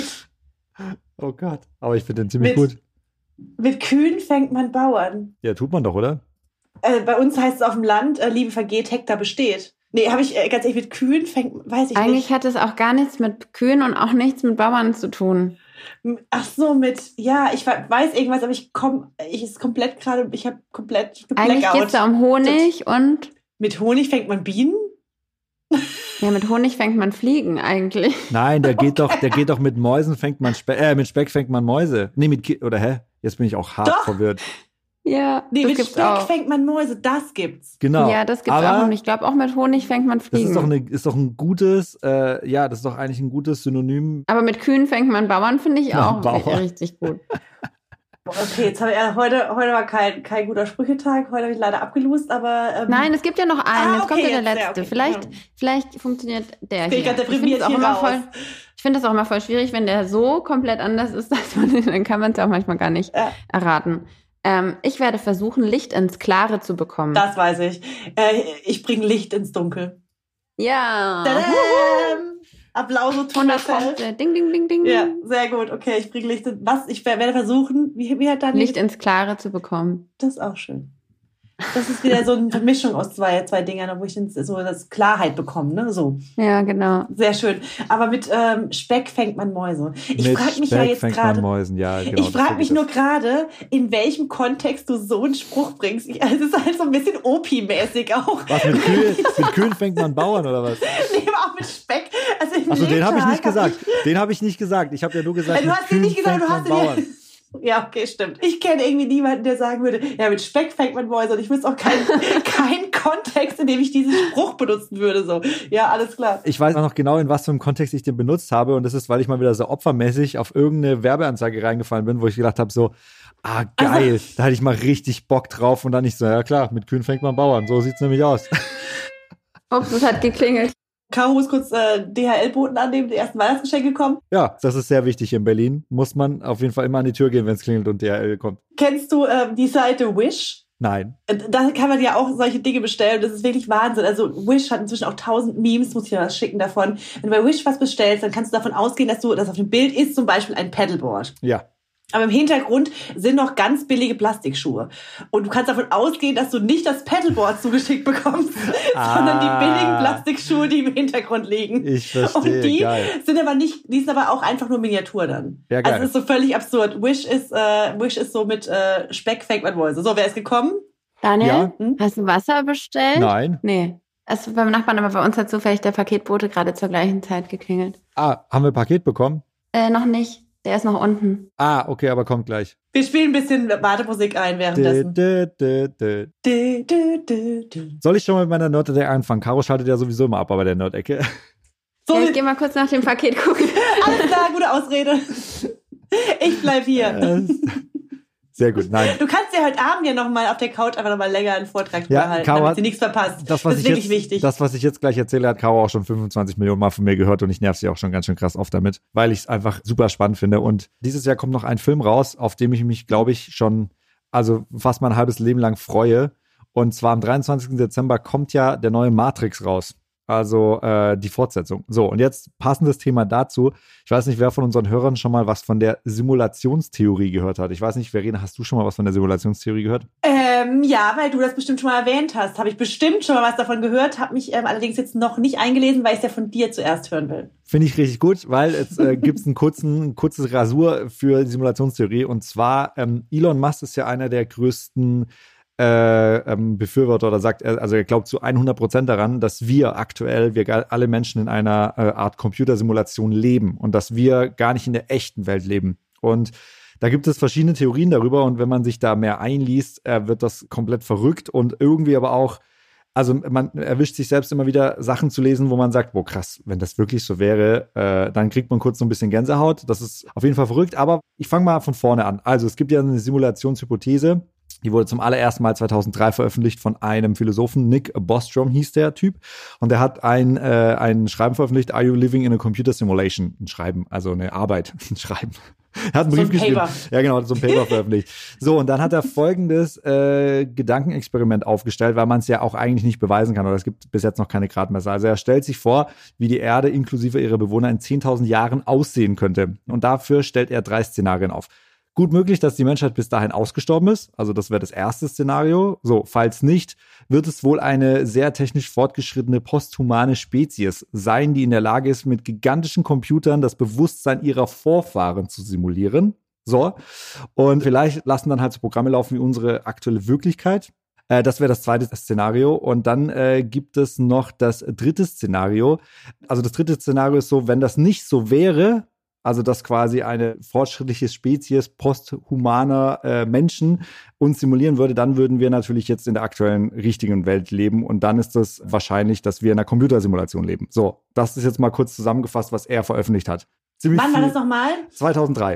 Oh Gott, aber ich finde den ziemlich gut. Mit Kühen fängt man Bauern. Ja, tut man doch, oder? Bei uns heißt es auf dem Land, Liebe vergeht, Hektar besteht. Nee, habe ich ganz ehrlich, mit Kühen weiß ich Eigentlich nicht. hat es auch gar nichts mit Kühen und auch nichts mit Bauern zu tun. Ach so, ich weiß irgendwas, aber ich habe komplett Blackout. Eigentlich geht es da um Honig und... Mit Honig fängt man Bienen? Ja, mit Honig fängt man Fliegen eigentlich. Nein, der geht doch mit Mäusen fängt man mit Speck fängt man Mäuse. Nee, oder hä? Jetzt bin ich auch hart verwirrt. Ja, nee, das mit gibt's Speck auch. fängt man Mäuse, das gibt's. Genau. Ja, das gibt's auch. Und ich glaube, auch mit Honig fängt man Fliegen. Das ist doch ein gutes, das ist doch eigentlich ein gutes Synonym. Aber mit Kühen fängt man Bauern, finde ich auch richtig gut. Okay, jetzt habe ich heute war kein guter Sprüchetag, heute habe ich leider abgelost, aber... Nein, es gibt ja noch einen, jetzt kommt ja der letzte. Okay. Vielleicht funktioniert der hier. Ich finde das auch immer voll schwierig, wenn der so komplett anders ist, dann kann man es ja auch manchmal gar nicht erraten. Ich werde versuchen, Licht ins Klare zu bekommen. Das weiß ich. Ich bringe Licht ins Dunkel. Ja. Applaus und Ding, ding, ding, ding. Ja, sehr gut. Okay, ich bringe Licht in... Ich werde versuchen, wie hat dann... Licht ins Klare zu bekommen. Das ist auch schön. Das ist wieder so eine Vermischung aus zwei Dingern, wo ich so das Klarheit bekomme, ne? So. Ja, genau. Sehr schön. Aber mit Speck fängt man Mäuse. Ich frage mich ja jetzt gerade. Ja, genau, ich frage mich nur gerade, in welchem Kontext du so einen Spruch bringst. Es ist halt so ein bisschen Opi-mäßig auch. Was, mit Kühen fängt man Bauern oder was? Nee, aber auch mit Speck. Also den habe ich nicht gesagt. Den habe ich nicht gesagt. Ich habe ja nur gesagt, du hast den nicht gesagt, du hast den Bauern. Ja, okay, stimmt. Ich kenne irgendwie niemanden, der sagen würde, ja, mit Speck fängt man Mäuse. Und ich wüsste auch keinen Kontext, in dem ich diesen Spruch benutzen würde. So, ja, alles klar. Ich weiß auch noch genau, in was für einem Kontext ich den benutzt habe. Und das ist, weil ich mal wieder so opfermäßig auf irgendeine Werbeanzeige reingefallen bin, wo ich gedacht habe, so, geil, da hatte ich mal richtig Bock drauf. Und dann nicht so, ja klar, mit Kühen fängt man Bauern. So sieht's nämlich aus. Ups, es hat geklingelt. Caro muss kurz DHL-Boten annehmen, die ersten Weihnachtsgeschenke kommen. Ja, das ist sehr wichtig in Berlin. Muss man auf jeden Fall immer an die Tür gehen, wenn es klingelt und DHL kommt. Kennst du die Seite Wish? Nein. Da kann man ja auch solche Dinge bestellen. Das ist wirklich Wahnsinn. Also Wish hat inzwischen auch 1000 Memes, muss ich dir was schicken davon. Wenn du bei Wish was bestellst, dann kannst du davon ausgehen, dass das auf dem Bild ist zum Beispiel ein Paddleboard. Ja. Aber im Hintergrund sind noch ganz billige Plastikschuhe. Und du kannst davon ausgehen, dass du nicht das Paddleboard zugeschickt bekommst, sondern die billigen Plastikschuhe, die im Hintergrund liegen. Ich verstehe, und die geil. sind aber auch einfach nur Miniatur dann. Ja, geil. Also es ist so völlig absurd. Wish ist so mit Speck, Fake und Mäuse. So, wer ist gekommen? Daniel, Ja? hast du Wasser bestellt? Nein. Nee. Also beim Nachbarn, aber bei uns hat zufällig der Paketbote gerade zur gleichen Zeit geklingelt. Haben wir Paket bekommen? Noch nicht. Der ist noch unten. Okay, aber kommt gleich. Wir spielen ein bisschen Wartemusik ein währenddessen. Soll ich schon mal mit meiner Nerd-Ecke anfangen? Caro schaltet ja sowieso immer ab bei der Nerd-Ecke. So, Ja, ich gehe mal kurz nach dem Paket gucken. alles klar, gute Ausrede. Ich bleib hier. Sehr gut, nein. Du kannst dir heute Abend ja nochmal auf der Couch einfach nochmal länger einen Vortrag drüber halten, Caro damit sie nichts verpasst. Das ist wirklich wichtig. Das, was ich jetzt gleich erzähle, hat Caro auch schon 25 Millionen Mal von mir gehört und ich nerv sie auch schon ganz schön krass oft damit, weil ich es einfach super spannend finde. Und dieses Jahr kommt noch ein Film raus, auf dem ich mich, glaube ich, schon fast mein halbes Leben lang freue. Und zwar am 23. Dezember kommt ja der neue Matrix raus. Also die Fortsetzung. So, und jetzt passendes Thema dazu. Ich weiß nicht, wer von unseren Hörern schon mal was von der Simulationstheorie gehört hat. Ich weiß nicht, Verena, hast du schon mal was von der Simulationstheorie gehört? Ja, weil du das bestimmt schon mal erwähnt hast. Habe ich bestimmt schon mal was davon gehört, habe mich allerdings jetzt noch nicht eingelesen, weil ich es ja von dir zuerst hören will. Finde ich richtig gut, weil es gibt ein kurzes Rasur für die Simulationstheorie. Und zwar, Elon Musk ist ja einer der größten Befürworter oder sagt, also er glaubt zu 100% daran, dass wir alle Menschen in einer Art Computersimulation leben und dass wir gar nicht in der echten Welt leben. Und da gibt es verschiedene Theorien darüber und wenn man sich da mehr einliest, wird das komplett verrückt und irgendwie aber auch, also man erwischt sich selbst immer wieder Sachen zu lesen, wo man sagt, boah krass, wenn das wirklich so wäre, dann kriegt man kurz so ein bisschen Gänsehaut. Das ist auf jeden Fall verrückt, aber ich fange mal von vorne an. Also es gibt ja eine Simulationshypothese, die wurde zum allerersten Mal 2003 veröffentlicht von einem Philosophen, Nick Bostrom hieß der Typ. Und der hat ein Schreiben veröffentlicht, Are you living in a computer simulation? Ein Schreiben, also eine Arbeit, ein Schreiben. Er hat einen Brief geschrieben. Paper. Ja, genau, so ein Paper veröffentlicht. So, und dann hat er folgendes Gedankenexperiment aufgestellt, weil man es ja auch eigentlich nicht beweisen kann, oder es gibt bis jetzt noch keine Gradmesser. Also er stellt sich vor, wie die Erde inklusive ihrer Bewohner in 10.000 Jahren aussehen könnte. Und dafür stellt er 3 Szenarien auf. Gut möglich, dass die Menschheit bis dahin ausgestorben ist. Also das wäre das erste Szenario. So, falls nicht, wird es wohl eine sehr technisch fortgeschrittene posthumane Spezies sein, die in der Lage ist, mit gigantischen Computern das Bewusstsein ihrer Vorfahren zu simulieren. So, und vielleicht lassen dann halt so Programme laufen wie unsere aktuelle Wirklichkeit. Das wäre das zweite Szenario. Und dann gibt es noch das dritte Szenario. Also das dritte Szenario ist so, wenn das nicht so wäre, also dass quasi eine fortschrittliche Spezies posthumaner Menschen uns simulieren würde, dann würden wir natürlich jetzt in der aktuellen richtigen Welt leben und dann ist es wahrscheinlich, dass wir in einer Computersimulation leben. So, das ist jetzt mal kurz zusammengefasst, was er veröffentlicht hat. Wann war das nochmal? 2003.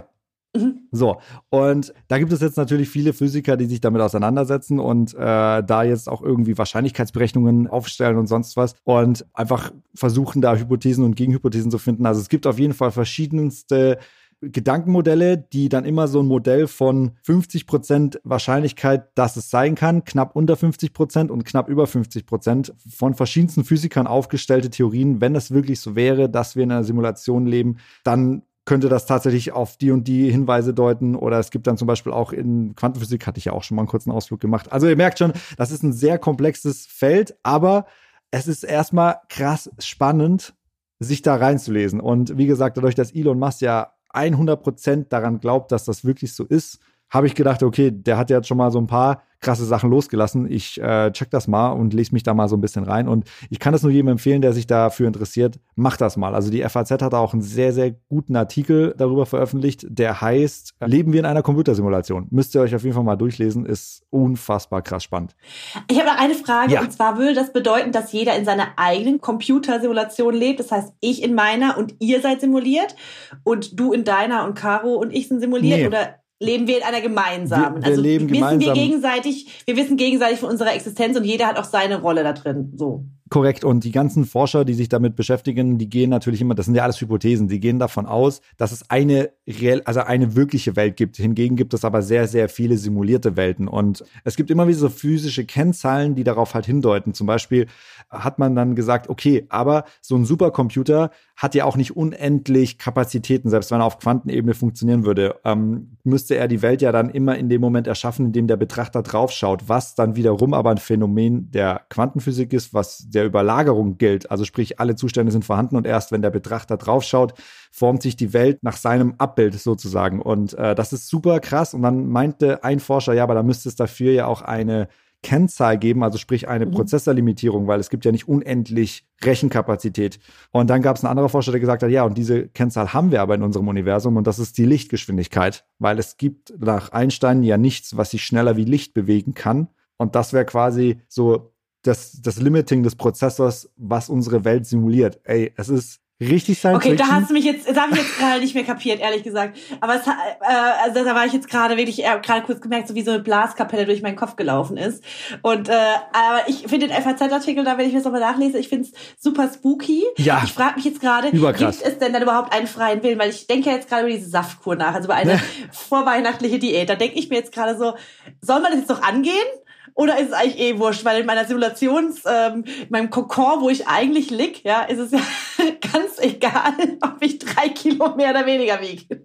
So, und da gibt es jetzt natürlich viele Physiker, die sich damit auseinandersetzen und da jetzt auch irgendwie Wahrscheinlichkeitsberechnungen aufstellen und sonst was und einfach versuchen, da Hypothesen und Gegenhypothesen zu finden. Also es gibt auf jeden Fall verschiedenste Gedankenmodelle, die dann immer so ein Modell von 50% Wahrscheinlichkeit, dass es sein kann, knapp unter 50% und knapp über 50% von verschiedensten Physikern aufgestellte Theorien, wenn es wirklich so wäre, dass wir in einer Simulation leben, dann könnte das tatsächlich auf die und die Hinweise deuten. Oder es gibt dann zum Beispiel auch in Quantenphysik, hatte ich ja auch schon mal einen kurzen Ausflug gemacht. Also ihr merkt schon, das ist ein sehr komplexes Feld, aber es ist erstmal krass spannend, sich da reinzulesen. Und wie gesagt, dadurch, dass Elon Musk ja 100% daran glaubt, dass das wirklich so ist, habe ich gedacht, okay, der hat ja jetzt schon mal so ein paar krasse Sachen losgelassen. Ich check das mal und lese mich da mal so ein bisschen rein. Und ich kann das nur jedem empfehlen, der sich dafür interessiert, macht das mal. Also die FAZ hat auch einen sehr, sehr guten Artikel darüber veröffentlicht, der heißt, leben wir in einer Computersimulation? Müsst ihr euch auf jeden Fall mal durchlesen, ist unfassbar krass spannend. Ich habe noch eine Frage, und zwar würde das bedeuten, dass jeder in seiner eigenen Computersimulation lebt? Das heißt, ich in meiner und ihr seid simuliert und du in deiner und Caro und ich sind simuliert? Nee. Oder leben wir in einer gemeinsamen? Wir leben gemeinsam. Wir wissen gegenseitig von unserer Existenz und jeder hat auch seine Rolle da drin. So. Korrekt. Und die ganzen Forscher, die sich damit beschäftigen, die gehen natürlich immer, das sind ja alles Hypothesen, die gehen davon aus, dass es eine wirkliche Welt gibt. Hingegen gibt es aber sehr, sehr viele simulierte Welten. Und es gibt immer wieder so physische Kennzahlen, die darauf halt hindeuten. Zum Beispiel hat man dann gesagt, okay, aber so ein Supercomputer hat ja auch nicht unendlich Kapazitäten, selbst wenn er auf Quantenebene funktionieren würde, müsste er die Welt ja dann immer in dem Moment erschaffen, in dem der Betrachter draufschaut, was dann wiederum aber ein Phänomen der Quantenphysik ist, was der Überlagerung gilt. Also sprich, alle Zustände sind vorhanden und erst wenn der Betrachter draufschaut, formt sich die Welt nach seinem Abbild sozusagen. Und das ist super krass. Und dann meinte ein Forscher, ja, aber da müsste es dafür ja auch eine Kennzahl geben, also sprich eine Prozessorlimitierung, weil es gibt ja nicht unendlich Rechenkapazität. Und dann gab es einen anderen Forscher, der gesagt hat, ja, und diese Kennzahl haben wir aber in unserem Universum und das ist die Lichtgeschwindigkeit, weil es gibt nach Einstein ja nichts, was sich schneller wie Licht bewegen kann. Und das wäre quasi so das Limiting des Prozessors, was unsere Welt simuliert. Ey, es ist richtig Science Fiction. Okay, da hast du mich jetzt, das habe ich jetzt gerade nicht mehr kapiert, ehrlich gesagt. Aber also da war ich jetzt gerade wirklich gerade kurz gemerkt, so wie so eine Blaskapelle durch meinen Kopf gelaufen ist. Und aber ich finde den FAZ-Artikel, da wenn ich mir das nochmal nachlese, ich finde es super spooky. Ja. Ich frage mich jetzt gerade, gibt es denn dann überhaupt einen freien Willen? Weil ich denke ja jetzt gerade über diese Saftkur nach, also über eine vorweihnachtliche Diät. Da denke ich mir jetzt gerade so, soll man das jetzt noch angehen? Oder ist es eigentlich wurscht? Weil in meiner in meinem Kokon, wo ich eigentlich lieg, ja, ist es ja ganz egal, ob ich 3 Kilo mehr oder weniger wiege.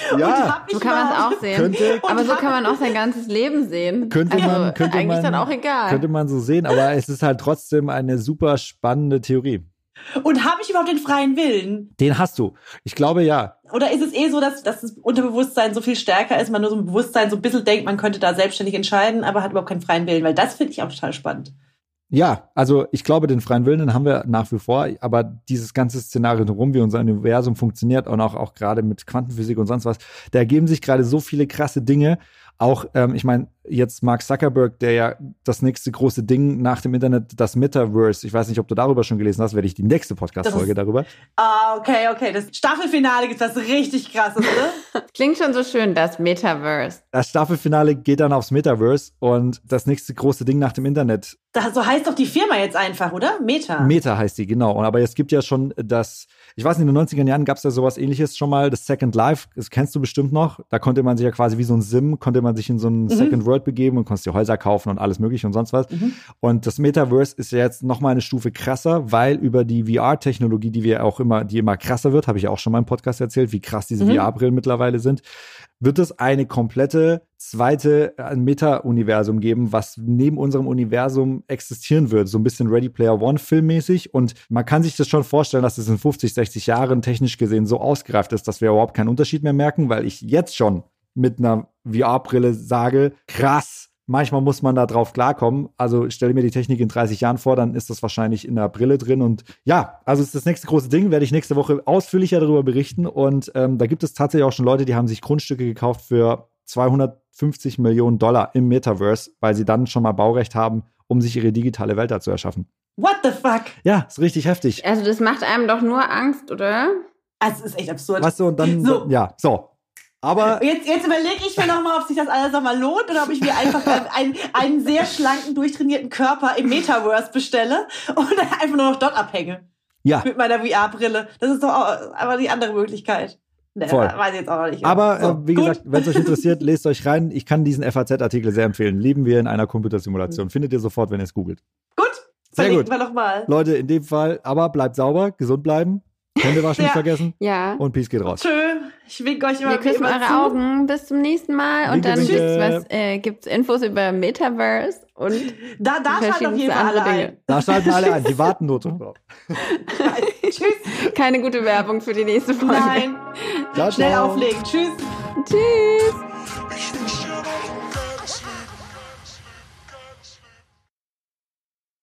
Ja, so kann man es auch sehen. Aber so kann man auch sein ganzes Leben sehen. Könnte man dann auch egal. Könnte man so sehen, aber es ist halt trotzdem eine super spannende Theorie. Und habe ich überhaupt den freien Willen? Den hast du. Ich glaube, ja. Oder ist es so, dass das Unterbewusstsein so viel stärker ist, man nur so ein Bewusstsein so ein bisschen denkt, man könnte da selbstständig entscheiden, aber hat überhaupt keinen freien Willen? Weil das finde ich auch total spannend. Ja, also ich glaube, den freien Willen, den haben wir nach wie vor, aber dieses ganze Szenario drumherum, wie unser Universum funktioniert und auch gerade mit Quantenphysik und sonst was, da ergeben sich gerade so viele krasse Dinge. Auch, ich meine, jetzt Mark Zuckerberg, der ja das nächste große Ding nach dem Internet, das Metaverse, ich weiß nicht, ob du darüber schon gelesen hast, werde ich die nächste Podcast-Folge darüber. Okay, das Staffelfinale ist das richtig krass, oder? Klingt schon so schön, das Metaverse. Das Staffelfinale geht dann aufs Metaverse und das nächste große Ding nach dem Internet. So heißt doch die Firma jetzt einfach, oder? Meta. Meta heißt die, genau. Aber es gibt ja schon ich weiß nicht, in den 90er Jahren gab es ja sowas Ähnliches schon mal, das Second Life, das kennst du bestimmt noch. Da konnte man sich ja quasi wie so ein Sim, konnte man sich in so ein Second World begeben und konntest dir Häuser kaufen und alles mögliche und sonst was. Und das Metaverse ist ja jetzt noch mal eine Stufe krasser, weil über die VR-Technologie, die immer krasser wird, habe ich ja auch schon mal im Podcast erzählt, wie krass diese VR-Brillen mittlerweile sind, wird es eine komplette zweite Meta-Universum geben, was neben unserem Universum existieren wird. So ein bisschen Ready Player One filmmäßig. Und man kann sich das schon vorstellen, dass es in 50, 60 Jahren technisch gesehen so ausgereift ist, dass wir überhaupt keinen Unterschied mehr merken, weil ich jetzt schon mit einer VR-Brille sage, krass, manchmal muss man da drauf klarkommen. Also stelle mir die Technik in 30 Jahren vor, dann ist das wahrscheinlich in der Brille drin. Und ja, also ist das nächste große Ding, werde ich nächste Woche ausführlicher darüber berichten. Und da gibt es tatsächlich auch schon Leute, die haben sich Grundstücke gekauft für $250 Millionen im Metaverse, weil sie dann schon mal Baurecht haben, um sich ihre digitale Welt da zu erschaffen. What the fuck? Ja, ist richtig heftig. Also das macht einem doch nur Angst, oder? Also es ist echt absurd. Weißt du, und dann, so. Aber jetzt überlege ich mir nochmal, ob sich das alles nochmal lohnt oder ob ich mir einfach einen sehr schlanken, durchtrainierten Körper im Metaverse bestelle und dann einfach nur noch dort abhänge. Ja. Mit meiner VR-Brille. Das ist doch auch aber die andere Möglichkeit. Voll. Weiß ich jetzt auch noch nicht. Aber wie gesagt, wenn es euch interessiert, lest euch rein. Ich kann diesen FAZ-Artikel sehr empfehlen. Leben wir in einer Computersimulation. Findet ihr sofort, wenn ihr es googelt. Gut, verlinken wir nochmal. Leute, in dem Fall, aber bleibt sauber, gesund bleiben. Hände waschen nicht vergessen. Ja. Und Peace geht raus. Tschö. Ich winke euch immer. Wir küssen eure Augen. Bis zum nächsten Mal. Und dann Winke. gibt's Infos über Metaverse und da schalten auf jeden Fall alle ein. Da schalten alle ein. Die warten nur drauf. Tschüss. Keine gute Werbung für die nächste Folge. Nein. Ciao, Schnell ciao. auflegen. Tschüss. Tschüss.